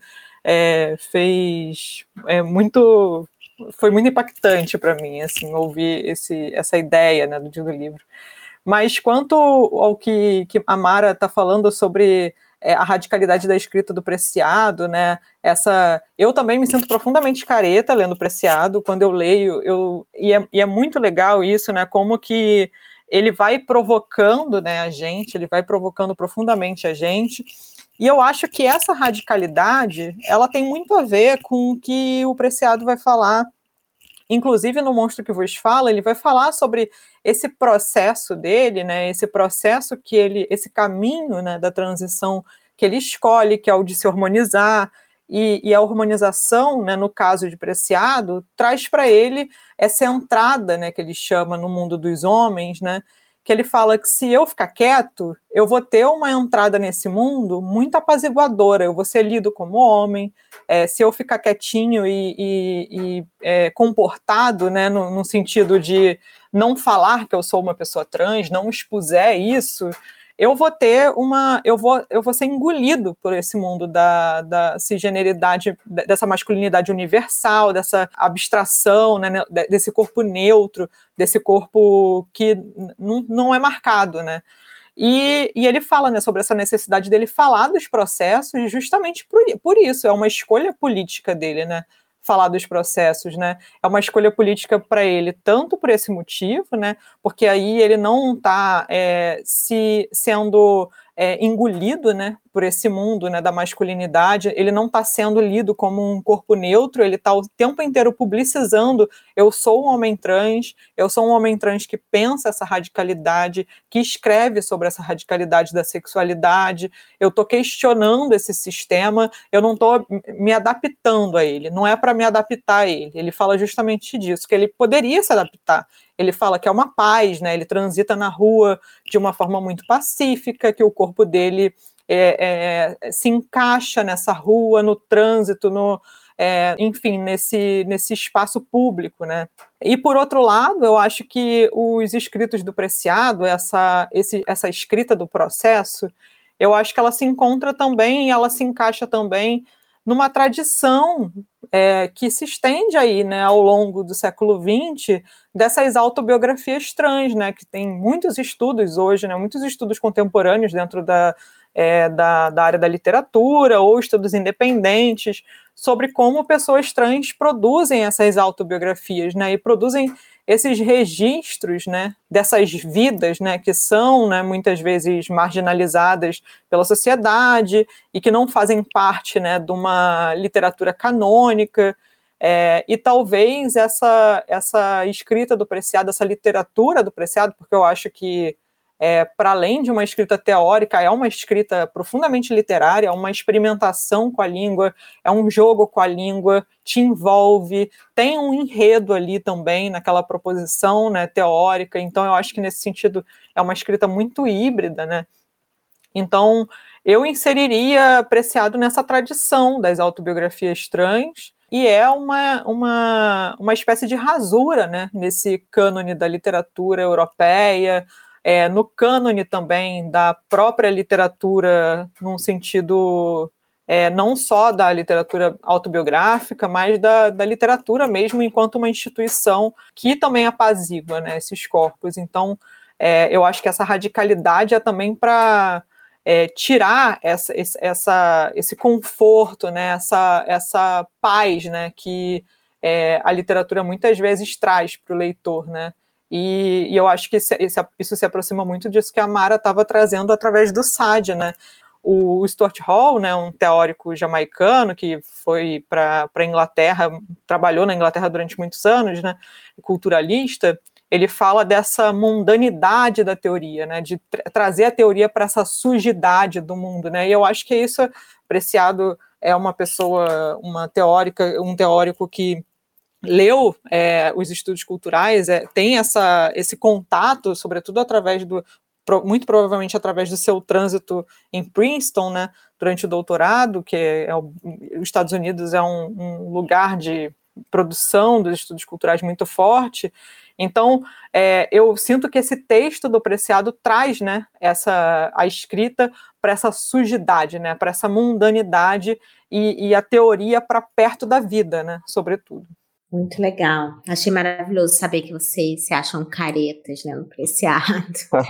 foi muito impactante para mim, assim, ouvir essa ideia, né, do Dil do livro. Mas quanto ao que a Mara está falando sobre a radicalidade da escrita do Preciado, né? Eu também me sinto profundamente careta lendo Preciado. Quando eu leio, e é muito legal isso, né? Como que ele vai provocando, né, a gente, ele vai provocando profundamente a gente. E eu acho que essa radicalidade, ela tem muito a ver com o que o Preciado vai falar. Inclusive, no Monstro que Vos Fala, ele vai falar sobre esse processo dele, né, esse caminho, né, da transição que ele escolhe, que é o de se hormonizar, e a hormonização, né, no caso de Preciado, traz para ele essa entrada, né, que ele chama no mundo dos homens, né, que ele fala que se eu ficar quieto, eu vou ter uma entrada nesse mundo muito apaziguadora, eu vou ser lido como homem, se eu ficar quietinho e comportado, né, no sentido de não falar que eu sou uma pessoa trans, não expuser isso, eu vou ser engolido por esse mundo da cisgeneridade, dessa masculinidade universal, dessa abstração, né, desse corpo neutro, desse corpo que não é marcado, né? E ele fala, né, sobre essa necessidade dele falar dos processos justamente por isso, é uma escolha política dele, né? Falar dos processos, né? É uma escolha política para ele, tanto por esse motivo, né? Porque aí ele não está sendo engolido, né, por esse mundo, né, da masculinidade, ele não está sendo lido como um corpo neutro, ele está o tempo inteiro publicizando, eu sou um homem trans que pensa essa radicalidade, que escreve sobre essa radicalidade da sexualidade, eu estou questionando esse sistema, eu não estou me adaptando a ele, não é para me adaptar a ele, ele fala justamente disso, que ele poderia se adaptar, ele fala que é uma paz, né? Ele transita na rua de uma forma muito pacífica, que o corpo dele se encaixa nessa rua, no trânsito, enfim, nesse espaço público, né? E, por outro lado, eu acho que os escritos do Preciado, essa escrita do processo, eu acho que ela se encontra também e ela se encaixa também numa tradição que se estende aí, né, ao longo do século XX, dessas autobiografias trans, né, que tem muitos estudos hoje, né, muitos estudos contemporâneos dentro da área da literatura, ou estudos independentes, sobre como pessoas trans produzem essas autobiografias, né, e produzem esses registros, né, dessas vidas, né, que são, né, muitas vezes marginalizadas pela sociedade e que não fazem parte, né, de uma literatura canônica, e talvez essa escrita do Preciado, essa literatura do Preciado, porque eu acho que para além de uma escrita teórica, é uma escrita profundamente literária, é uma experimentação com a língua, é um jogo com a língua, te envolve, tem um enredo ali também, naquela proposição, né, teórica, então eu acho que nesse sentido é uma escrita muito híbrida, né? Então eu inseriria Preciado nessa tradição das autobiografias trans, e é uma espécie de rasura, né, nesse cânone da literatura europeia, no cânone também da própria literatura, num sentido não só da literatura autobiográfica, mas da literatura mesmo enquanto uma instituição que também apazigua, né, esses corpos. Então, eu acho que essa radicalidade é também para tirar esse conforto, né, essa paz, né, que a literatura muitas vezes traz para o leitor, né? E eu acho que isso se aproxima muito disso que a Mara estava trazendo através do Sade, né? O Stuart Hall, né, um teórico jamaicano que foi para a Inglaterra, trabalhou na Inglaterra durante muitos anos, né, culturalista, ele fala dessa mundanidade da teoria, né, de trazer a teoria para essa sujidade do mundo, né, e eu acho que isso, Preciado é uma pessoa, um teórico que leu os estudos culturais, tem esse contato, sobretudo muito provavelmente através do seu trânsito em Princeton, né, durante o doutorado, que os Estados Unidos é um lugar de produção dos estudos culturais muito forte. Então, eu sinto que esse texto do Preciado traz, né, a escrita para essa sujidade, né, para essa mundanidade e a teoria para perto da vida, né, sobretudo. Muito legal. Achei maravilhoso saber que vocês se acham caretas, né, no Preciado.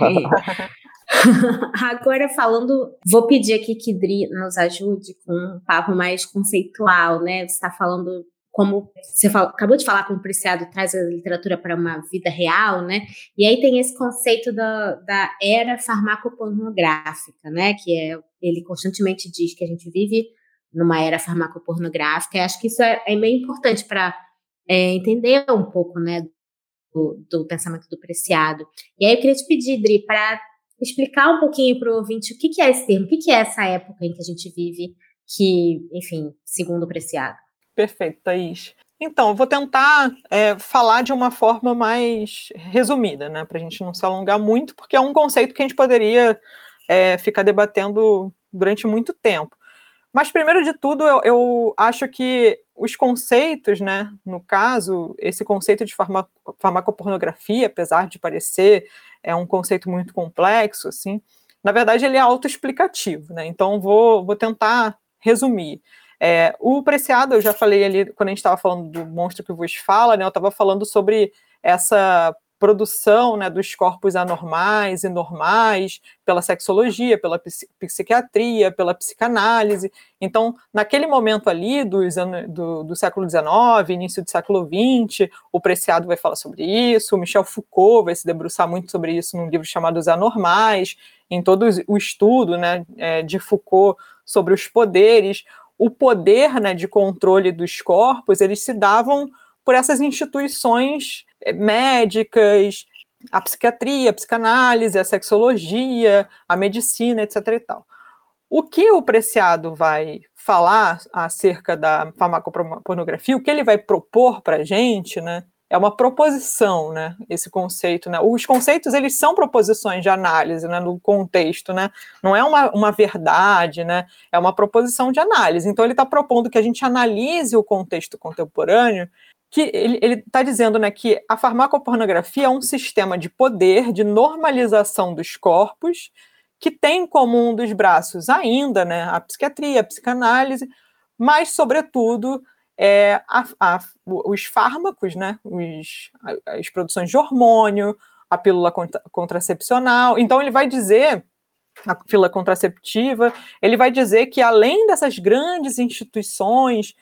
Agora vou pedir aqui que Dri nos ajude com um papo mais conceitual, né? Você está falando como você acabou de falar como o Preciado traz a literatura para uma vida real, né? E aí tem esse conceito da era farmacopornográfica, né? Que ele constantemente diz que a gente vive numa era farmacopornográfica. E acho que isso é meio importante para entender um pouco, né, do pensamento do Preciado. E aí eu queria te pedir, Dri, para explicar um pouquinho para o ouvinte o que é esse termo, o que é essa época em que a gente vive, que, enfim, segundo o Preciado. Perfeito, Thaís. Então, eu vou tentar falar de uma forma mais resumida, né, para a gente não se alongar muito, porque é um conceito que a gente poderia ficar debatendo durante muito tempo. Mas, primeiro de tudo, eu acho que os conceitos, né, no caso, esse conceito de farmacopornografia, apesar de parecer um conceito muito complexo, assim, na verdade ele é autoexplicativo, né? Então vou tentar resumir. O Preciado, eu já falei ali, quando a gente estava falando do Monstro que Vos Fala, né, eu estava falando sobre essa produção, né, dos corpos anormais e normais pela sexologia, pela psiquiatria, pela psicanálise. Então, naquele momento ali do século XIX, início do século XX, o Preciado vai falar sobre isso, o Michel Foucault vai se debruçar muito sobre isso num livro chamado Os Anormais, em todo o estudo, né, de Foucault sobre os poderes. O poder, né, de controle dos corpos, eles se davam por essas instituições médicas, a psiquiatria, a psicanálise, a sexologia, a medicina, etc. e tal. O que o Preciado vai falar acerca da farmacopornografia, o que ele vai propor para a gente, né, é uma proposição, né, esse conceito, né? Os conceitos, eles são proposições de análise, né, no contexto, né? Não é uma verdade, né? É uma proposição de análise. Então, ele está propondo que a gente analise o contexto contemporâneo, que ele está dizendo, né, que a farmacopornografia é um sistema de poder, de normalização dos corpos, que tem como um dos braços ainda, né, a psiquiatria, a psicanálise, mas, sobretudo, os fármacos, né, as produções de hormônio, a pílula contracepcional. Então, ele vai dizer, a pílula contraceptiva, ele vai dizer que, além dessas grandes instituições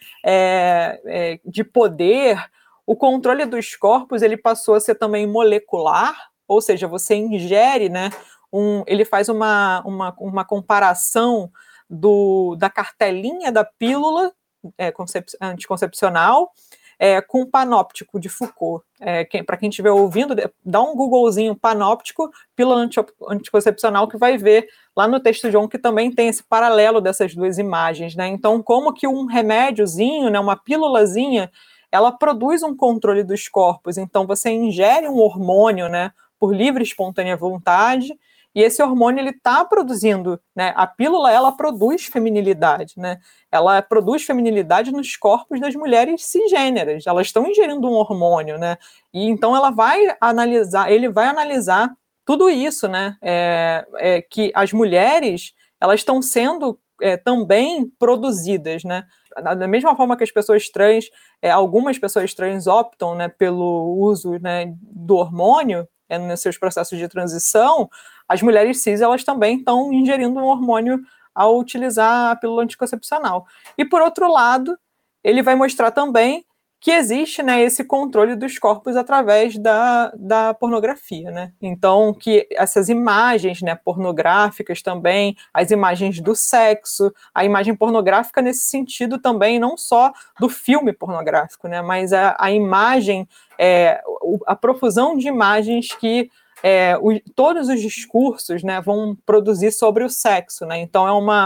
de poder, o controle dos corpos ele passou a ser também molecular, ou seja, você ingere, né, ele faz uma comparação da cartelinha da pílula anticoncepcional com o panóptico de Foucault. Para quem estiver ouvindo, dá um Googlezinho, panóptico, pílula anticoncepcional, que vai ver lá no texto de On que também tem esse paralelo dessas duas imagens, né? Então, como que um remédiozinho, né, uma pílulazinha, ela produz um controle dos corpos. Então, você ingere um hormônio, né, por livre e espontânea vontade, e esse hormônio ele está produzindo, né? A pílula ela produz feminilidade, né? Ela produz feminilidade nos corpos das mulheres cisgêneras. Elas estão ingerindo um hormônio, né? E então ele vai analisar tudo isso, né? Que as mulheres elas estão sendo também produzidas, né? Da mesma forma que as pessoas trans, algumas pessoas trans optam, né, pelo uso, né, do hormônio nos seus processos de transição, as mulheres cis elas também estão ingerindo um hormônio ao utilizar a pílula anticoncepcional. E, por outro lado, ele vai mostrar também que existe, né, esse controle dos corpos através da pornografia, né? Então, que essas imagens, né, pornográficas também, as imagens do sexo, a imagem pornográfica nesse sentido também, não só do filme pornográfico, né, mas a imagem, a profusão de imagens que todos os discursos, né, vão produzir sobre o sexo, né? Então,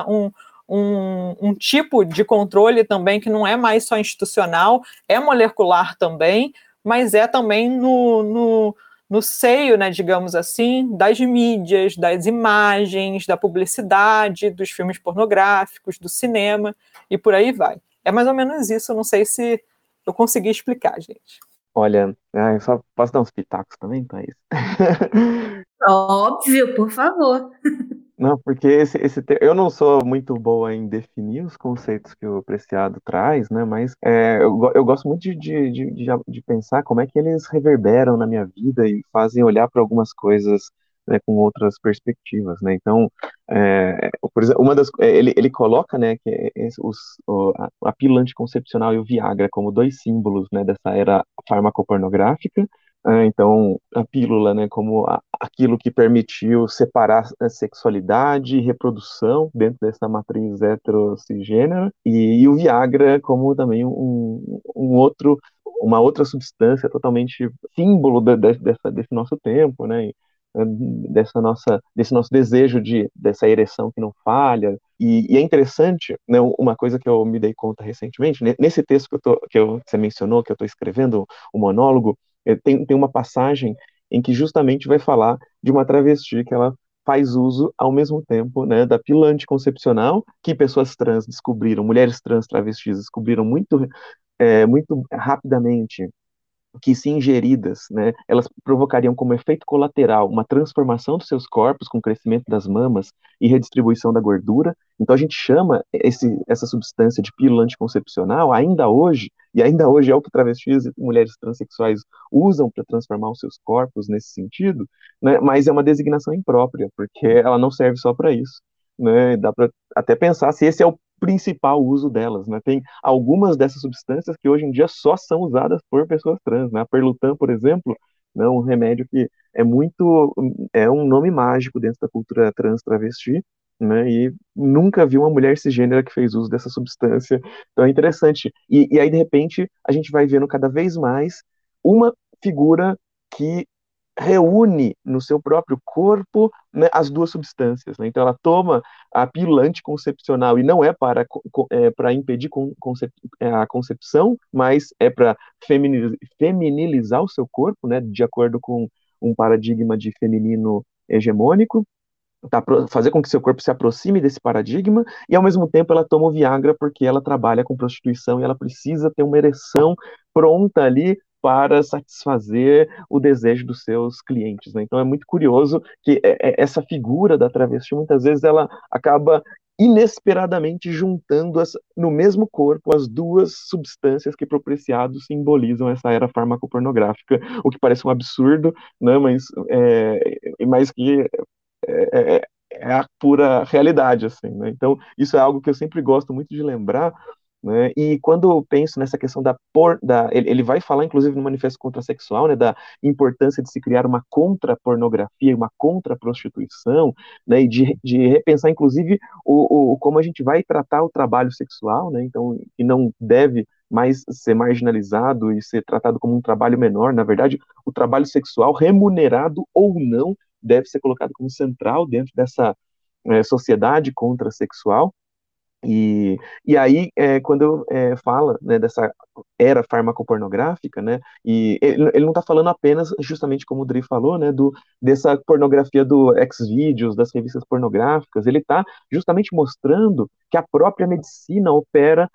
um tipo de controle também que não é mais só institucional, é molecular também, mas é também no seio, né, digamos assim, das mídias, das imagens, da publicidade, dos filmes pornográficos, do cinema, e por aí vai. É mais ou menos isso, não sei se eu consegui explicar, gente. Olha, eu só posso dar uns pitacos também, Thaís? Óbvio, por favor. Não, porque eu não sou muito boa em definir os conceitos que o Preciado traz, né? Mas eu gosto muito de pensar como é que eles reverberam na minha vida e fazem olhar para algumas coisas, né, com outras perspectivas, né? Então, por exemplo, ele coloca, né, que a pílula anticoncepcional e o Viagra como dois símbolos, né, dessa era farmacopornográfica. Então, a pílula, né, como aquilo que permitiu separar a sexualidade e reprodução dentro dessa matriz heterocigênera, e o Viagra como também uma outra substância totalmente símbolo desse nosso tempo, né, desse nosso desejo dessa ereção que não falha. E é interessante, né, uma coisa que eu me dei conta recentemente, nesse texto que você mencionou, que eu estou escrevendo, o monólogo, tem uma passagem em que justamente vai falar de uma travesti que ela faz uso ao mesmo tempo, né, da pílula anticoncepcional que pessoas trans descobriram, mulheres trans travestis descobriram muito rapidamente que, se ingeridas, né, elas provocariam como efeito colateral uma transformação dos seus corpos com crescimento das mamas e redistribuição da gordura. Então a gente chama essa substância de pílula anticoncepcional ainda hoje, e ainda hoje é o que travestis e mulheres transexuais usam para transformar os seus corpos nesse sentido, né, mas é uma designação imprópria, porque ela não serve só para isso. Né, dá para até pensar se esse é o principal uso delas, né? Tem algumas dessas substâncias que hoje em dia só são usadas por pessoas trans, né? A Perlutan, por exemplo, né, um remédio que é um nome mágico dentro da cultura trans travesti, né? E nunca vi uma mulher cisgênera que fez uso dessa substância. Então é interessante. E aí, de repente, a gente vai vendo cada vez mais uma figura que reúne no seu próprio corpo, né, as duas substâncias, né? Então ela toma a pílula anticoncepcional e não é para impedir a concepção, mas é para feminilizar o seu corpo, né, de acordo com um paradigma de feminino hegemônico, fazer com que seu corpo se aproxime desse paradigma, e ao mesmo tempo ela toma o Viagra porque ela trabalha com prostituição e ela precisa ter uma ereção pronta ali para satisfazer o desejo dos seus clientes, né? Então é muito curioso que essa figura da travesti muitas vezes ela acaba inesperadamente juntando no mesmo corpo as duas substâncias que pro Preciado simbolizam essa era farmacopornográfica, o que parece um absurdo, né, mas que é a pura realidade, assim, né? Então, isso é algo que eu sempre gosto muito de lembrar, né? E quando eu penso nessa questão ele vai falar, inclusive, no Manifesto Contrasexual, né, da importância de se criar uma contra-pornografia, uma contra-prostituição, né, e de repensar, inclusive, como a gente vai tratar o trabalho sexual, né? Então, que não deve mais ser marginalizado e ser tratado como um trabalho menor. Na verdade, o trabalho sexual, remunerado ou não, deve ser colocado como central dentro dessa sociedade contrasexual. E aí, quando fala, né, dessa era farmacopornográfica, né, e ele não está falando apenas, justamente como o Dri falou, né, dessa pornografia do Xvideos, das revistas pornográficas, ele está justamente mostrando que a própria medicina opera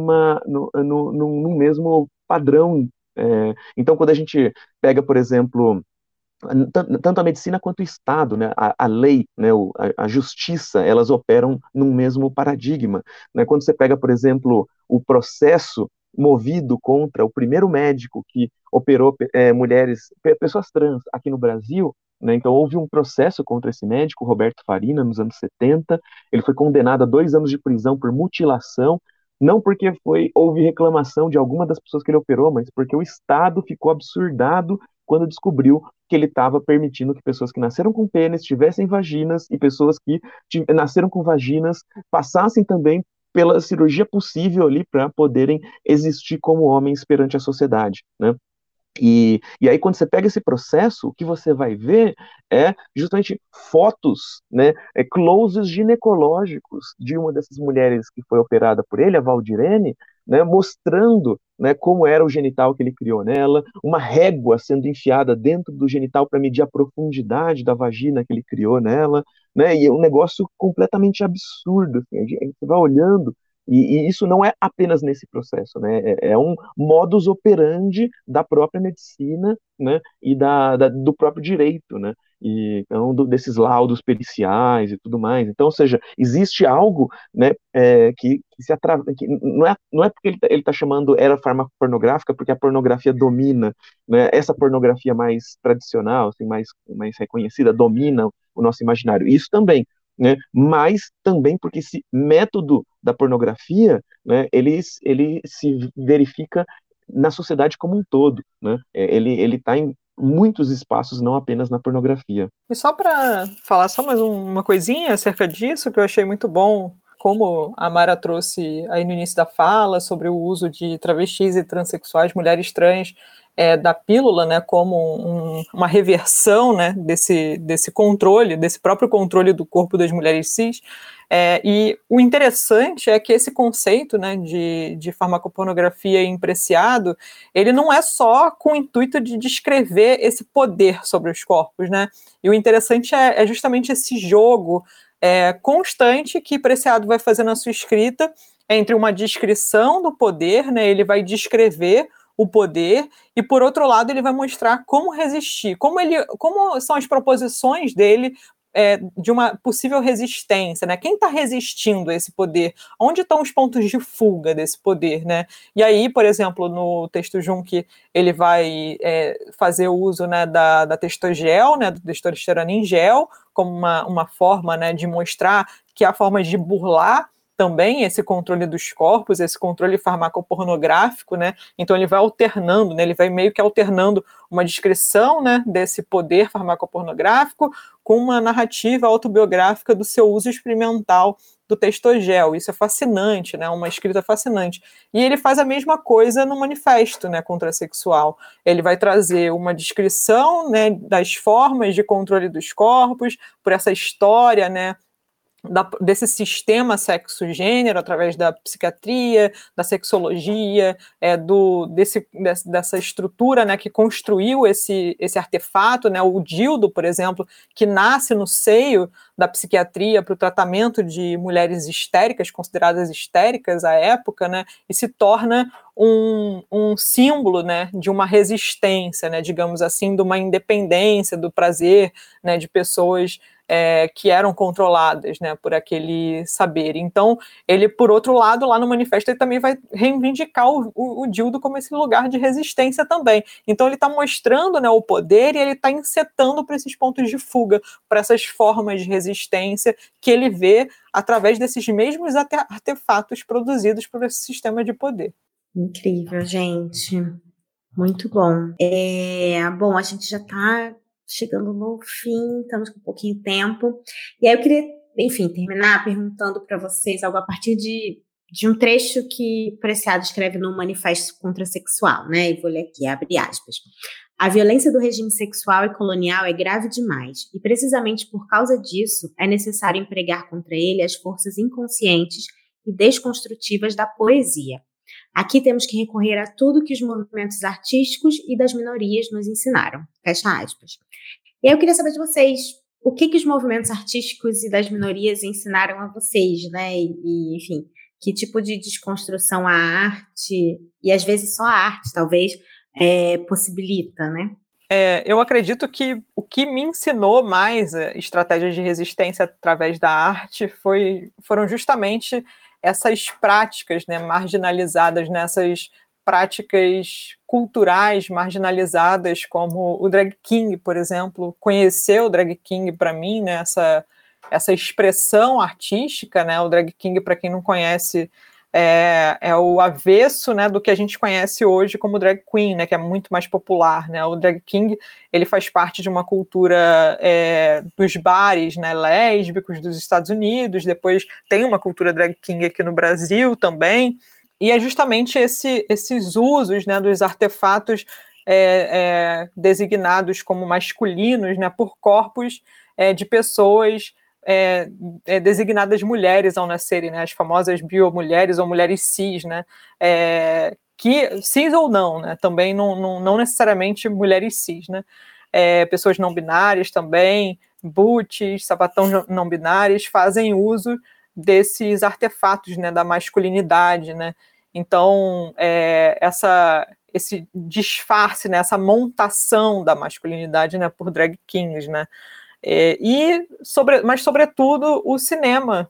num mesmo padrão. Então, quando a gente pega, por exemplo, tanto a medicina quanto o Estado, né, a lei, né, a justiça, elas operam num mesmo paradigma. Né? Quando você pega, por exemplo, o processo movido contra o primeiro médico que operou pessoas trans aqui no Brasil, né, então houve um processo contra esse médico, Roberto Farina, nos anos 70, ele foi condenado a 2 anos de prisão por mutilação, não porque houve reclamação de alguma das pessoas que ele operou, mas porque o Estado ficou absurdado quando descobriu que ele estava permitindo que pessoas que nasceram com pênis tivessem vaginas e pessoas que nasceram com vaginas passassem também pela cirurgia possível ali para poderem existir como homens perante a sociedade, né? E aí, quando você pega esse processo, o que você vai ver é justamente fotos, né, closes ginecológicos de uma dessas mulheres que foi operada por ele, a Valdirene, né, mostrando, né, como era o genital que ele criou nela, uma régua sendo enfiada dentro do genital para medir a profundidade da vagina que ele criou nela, né, e é um negócio completamente absurdo. Assim, a gente vai olhando e isso não é apenas nesse processo, né? É um modus operandi da própria medicina, né? E do próprio direito, né? E então desses laudos periciais e tudo mais. Então, ou seja, existe algo, né? Que não é porque ele tá chamando era farmacopornográfica porque a pornografia domina, né? Essa pornografia mais tradicional, assim, mais reconhecida, domina o nosso imaginário. Isso também, né? Mas também porque esse método da pornografia, né, ele se verifica na sociedade como um todo, né? Ele está em muitos espaços, não apenas na pornografia. E só para falar só mais uma coisinha acerca disso, que eu achei muito bom, como a Mara trouxe aí no início da fala, sobre o uso de travestis e transexuais, mulheres trans, da pílula, né, como uma reversão, né, desse controle, desse próprio controle do corpo das mulheres cis. E o interessante é que esse conceito, né, de farmacopornografia em Preciado, ele não é só com o intuito de descrever esse poder sobre os corpos, né? E o interessante é justamente esse jogo constante que Preciado vai fazer na sua escrita entre uma descrição do poder, né? Ele vai descrever o poder, e por outro lado ele vai mostrar como resistir, como são as proposições dele de uma possível resistência, né? Quem está resistindo a esse poder? Onde estão os pontos de fuga desse poder, né? E aí, por exemplo, no texto Jung, ele vai fazer o uso, né, da testogel, né, do testosterona em gel, como uma forma, né, de mostrar que há formas de burlar também esse controle dos corpos, esse controle farmacopornográfico, né? Então ele vai alternando, né? Ele vai meio que alternando uma descrição, né, desse poder farmacopornográfico com uma narrativa autobiográfica do seu uso experimental do testogel. Isso é fascinante, né? Uma escrita fascinante. E ele faz a mesma coisa no Manifesto, né, Contrasexual. Ele vai trazer uma descrição, né, das formas de controle dos corpos, por essa história, né, desse sistema sexo-gênero através da psiquiatria, da sexologia, dessa estrutura, né, que construiu esse artefato, né, o dildo, por exemplo, que nasce no seio da psiquiatria para o tratamento de mulheres histéricas, consideradas histéricas à época, né, e se torna um símbolo, né, de uma resistência, né, digamos assim, de uma independência do prazer, né, de pessoas que eram controladas, né, por aquele saber. Então, ele, por outro lado, lá no manifesto, ele também vai reivindicar o dildo como esse lugar de resistência também. Então, ele está mostrando, né, o poder, e ele está incitando para esses pontos de fuga, para essas formas de resistência que ele vê através desses mesmos artefatos produzidos por esse sistema de poder. Incrível, gente. Muito bom. Bom, a gente já está chegando no fim, estamos com um pouquinho de tempo. E aí eu queria, enfim, terminar perguntando para vocês algo a partir de um trecho que Preciado escreve no Manifesto Contrasexual, né? E vou ler aqui, abre aspas. A violência do regime sexual e colonial é grave demais, e precisamente por causa disso é necessário empregar contra ele as forças inconscientes e desconstrutivas da poesia. Aqui temos que recorrer a tudo que os movimentos artísticos e das minorias nos ensinaram. Fecha aspas. E aí eu queria saber de vocês, o que os movimentos artísticos e das minorias ensinaram a vocês, né? E enfim, que tipo de desconstrução a arte, e às vezes só a arte, talvez, possibilita, né? Eu acredito que o que me ensinou mais estratégias de resistência através da arte foram justamente essas práticas, né, marginalizadas, nessas práticas culturais marginalizadas, como o drag king, por exemplo. Conhecer o drag king, para mim, né, essa expressão artística, né, o drag king, para quem não conhece, é o avesso, né, do que a gente conhece hoje como drag queen, né, que é muito mais popular, né? O drag king, ele faz parte de uma cultura dos bares, né, lésbicos dos Estados Unidos. Depois tem uma cultura drag king aqui no Brasil também, e é justamente esses usos, né, dos artefatos designados como masculinos, né, por corpos de pessoas designadas mulheres ao nascerem, né, as famosas biomulheres ou mulheres cis, né, que cis ou não, né, também não necessariamente mulheres cis, né, pessoas não binárias também, butches, sapatão não binários, fazem uso desses artefatos, né, da masculinidade, né. Então, esse disfarce, né, essa montação da masculinidade, né, por drag kings, né. Mas, sobretudo, o cinema,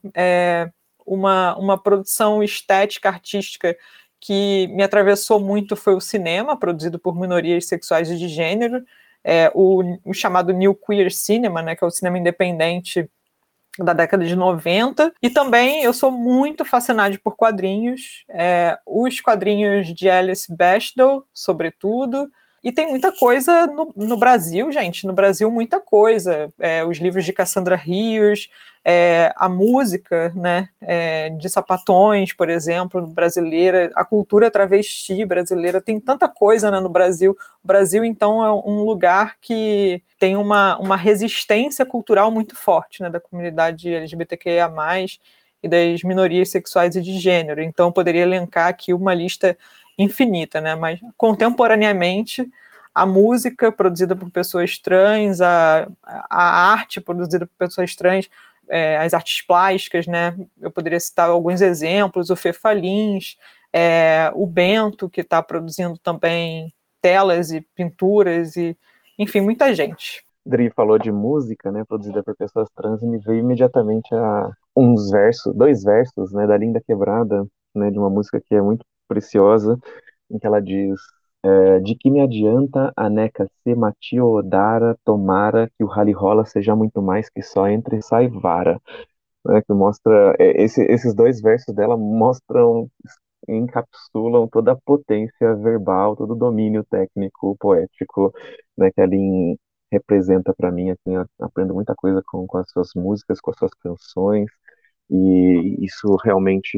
uma produção estética, artística, que me atravessou muito foi o cinema, produzido por minorias sexuais e de gênero, o chamado New Queer Cinema, né, que é o cinema independente da década de 90, e também eu sou muito fascinada por quadrinhos, os quadrinhos de Alice Bechdel, sobretudo. E tem muita coisa no Brasil, gente. No Brasil, muita coisa. Os livros de Cassandra Rios, a música, né, de Sapatões, por exemplo, brasileira, a cultura travesti brasileira, tem tanta coisa, né, no Brasil. O Brasil, então, é um lugar que tem uma resistência cultural muito forte, né, da comunidade LGBTQIA+, e das minorias sexuais e de gênero. Então, eu poderia elencar aqui uma lista infinita, né? Mas contemporaneamente a música produzida por pessoas trans, a arte produzida por pessoas trans, as artes plásticas, né? Eu poderia citar alguns exemplos, o Fefa Lins, o Bento, que está produzindo também telas e pinturas, e enfim, muita gente. Dri falou de música, né, produzida por pessoas trans, e me veio imediatamente a dois versos, né, da Linda Quebrada, né, de uma música que é muito preciosa, em que ela diz: de que me adianta a neca se matio odara, tomara que o rally rola seja muito mais que só entre e sai vara. Né, que mostra, esses dois versos dela mostram, encapsulam toda a potência verbal, todo o domínio técnico, poético, né, que a Lin representa para mim. Assim, eu aprendo muita coisa com as suas músicas, com as suas canções, e isso realmente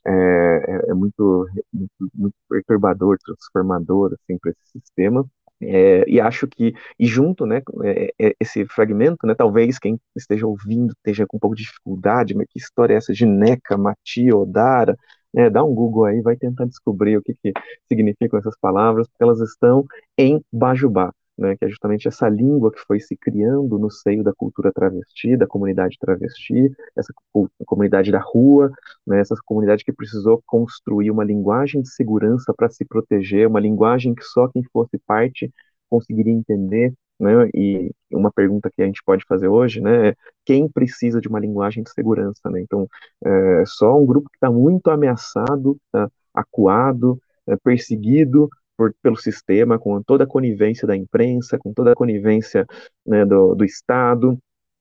é muito perturbador, transformador, assim, para esse sistema. E acho que, e junto, né, esse fragmento, né, talvez quem esteja ouvindo esteja com um pouco de dificuldade, mas que história é essa de Neca, Mati, Odara, né, dá um Google aí, vai tentar descobrir o que significam essas palavras, porque elas estão em Bajubá, né, que é justamente essa língua que foi se criando no seio da cultura travesti, da comunidade travesti, essa comunidade da rua, né, essa comunidade que precisou construir uma linguagem de segurança para se proteger, uma linguagem que só quem fosse parte conseguiria entender, né? E uma pergunta que a gente pode fazer hoje, né, é quem precisa de uma linguagem de segurança, né? Então, só um grupo que está muito ameaçado, tá, acuado, perseguido pelo sistema, com toda a conivência da imprensa, com toda a conivência, né, do Estado,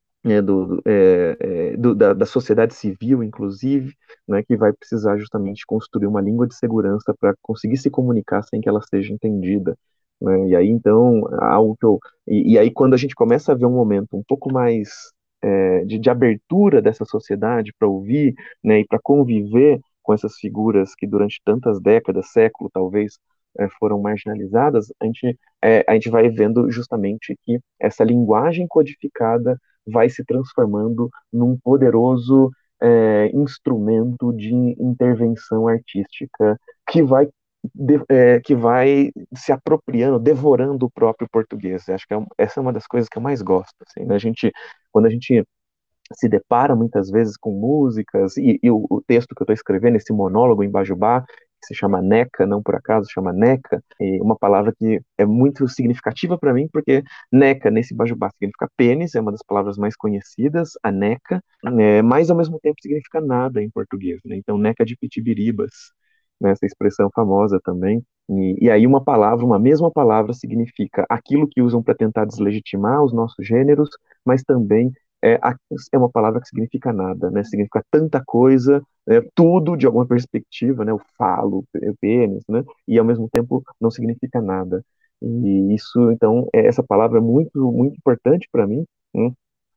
da sociedade civil, inclusive, né, que vai precisar justamente construir uma língua de segurança para conseguir se comunicar sem que ela seja entendida. Né? E aí, então, algo que e aí, quando a gente começa a ver um momento um pouco mais de abertura dessa sociedade para ouvir, né, e para conviver com essas figuras que durante tantas décadas, século talvez, foram marginalizadas, a gente vai vendo justamente que essa linguagem codificada vai se transformando num poderoso instrumento de intervenção artística que vai que vai se apropriando, devorando o próprio português. Acho que essa é uma das coisas que eu mais gosto. Assim, né? Quando a gente se depara muitas vezes com músicas, e o texto que eu estou escrevendo, esse monólogo em Bajubá, que se chama Neca, não por acaso chama Neca, é uma palavra que é muito significativa para mim, porque Neca, nesse Bajubá, significa pênis, é uma das palavras mais conhecidas, a Neca, mas ao mesmo tempo significa nada em português, né? Então, Neca de Pitibiribas, né, essa expressão famosa também, e aí uma mesma palavra significa aquilo que usam para tentar deslegitimar os nossos gêneros, mas também é uma palavra que significa nada, né? Significa tanta coisa, né? Tudo de alguma perspectiva, né? O falo, o pênis, né? E ao mesmo tempo não significa nada. E isso, então, essa palavra é muito, muito importante para mim, né?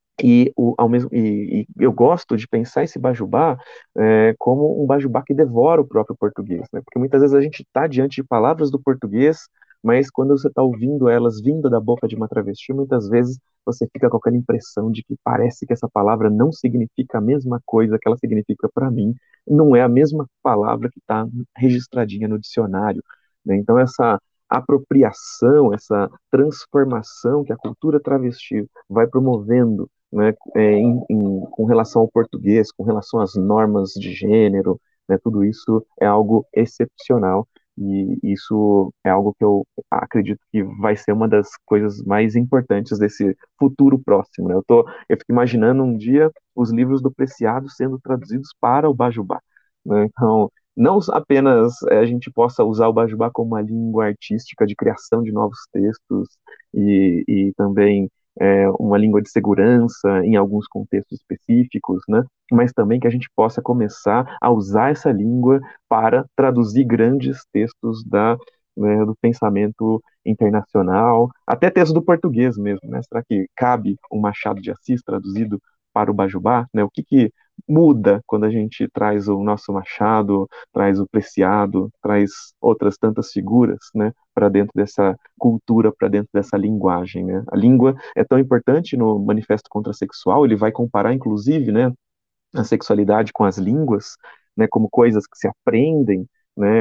E eu gosto de pensar esse Bajubá como um Bajubá que devora o próprio português, né? Porque muitas vezes a gente está diante de palavras do português, mas quando você está ouvindo elas vindo da boca de uma travesti, muitas vezes você fica com aquela impressão de que parece que essa palavra não significa a mesma coisa que ela significa para mim, não é a mesma palavra que está registradinha no dicionário, né? Então essa apropriação, essa transformação que a cultura travesti vai promovendo, né, com relação ao português, com relação às normas de gênero, né, tudo isso é algo excepcional e isso é algo que eu acredito que vai ser uma das coisas mais importantes desse futuro próximo, né? Eu fico imaginando um dia os livros do Preciado sendo traduzidos para o Bajubá, né? Então, não apenas a gente possa usar o Bajubá como uma língua artística de criação de novos textos e também uma língua de segurança em alguns contextos específicos, né? Mas também que a gente possa começar a usar essa língua para traduzir grandes textos do pensamento internacional, até textos do português mesmo, né? Será que cabe um Machado de Assis traduzido para o Bajubá, né? O que muda quando a gente traz o nosso Machado, traz o Preciado, traz outras tantas figuras, né, para dentro dessa cultura, para dentro dessa linguagem, né? A língua é tão importante no Manifesto Contrasexual, ele vai comparar, inclusive, né, a sexualidade com as línguas, né, como coisas que se aprendem, né,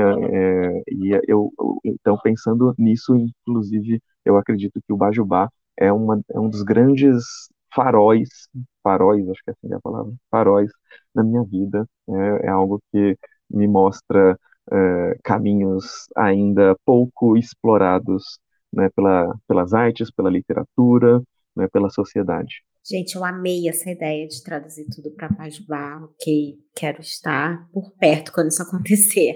então, pensando nisso, inclusive, eu acredito que o Bajubá é um dos grandes faróis, acho que essa é a palavra, faróis na minha vida, é algo que me mostra caminhos ainda pouco explorados, né, pelas artes, pela literatura, né, pela sociedade. Gente, eu amei essa ideia de traduzir tudo para Pajubá, ok? Quero estar por perto quando isso acontecer.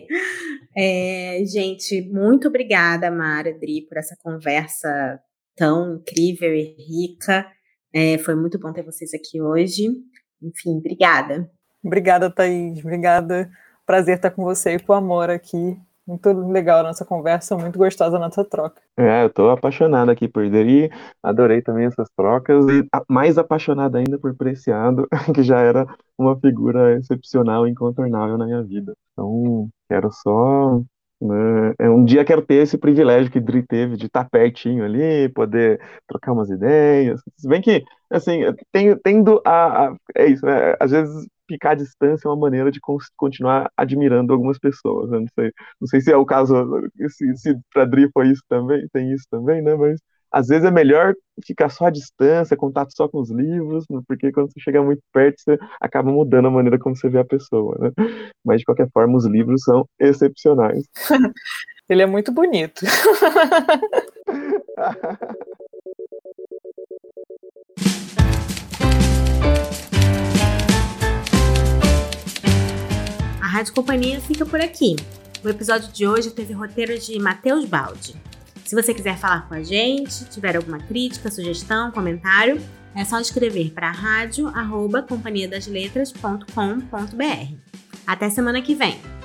Gente, muito obrigada, Mara, Dri, por essa conversa tão incrível e rica. Foi muito bom ter vocês aqui hoje. Enfim, obrigada. Obrigada, Thaís. Obrigada. Prazer estar com você e com o Amor aqui. Muito legal a nossa conversa, muito gostosa a nossa troca. Eu tô apaixonado aqui por Dri, adorei também essas trocas e mais apaixonado ainda por Preciado, que já era uma figura excepcional e incontornável na minha vida. Então, quero só, né, um dia quero ter esse privilégio que Dri teve de estar pertinho ali, poder trocar umas ideias. Se bem que, assim, tendo é isso, né? Às vezes ficar à distância é uma maneira de continuar admirando algumas pessoas, né? Não sei se é o caso, se para Dri foi isso também, tem isso também, né? Mas às vezes é melhor ficar só à distância, contato só com os livros, né? Porque quando você chega muito perto, você acaba mudando a maneira como você vê a pessoa, né? Mas de qualquer forma, os livros são excepcionais. Ele é muito bonito. Rádio Companhia fica por aqui. O episódio de hoje teve roteiro de Matheus Baldi. Se você quiser falar com a gente, tiver alguma crítica, sugestão, comentário, é só escrever para radio@companhiadasletras.com.br. Até semana que vem!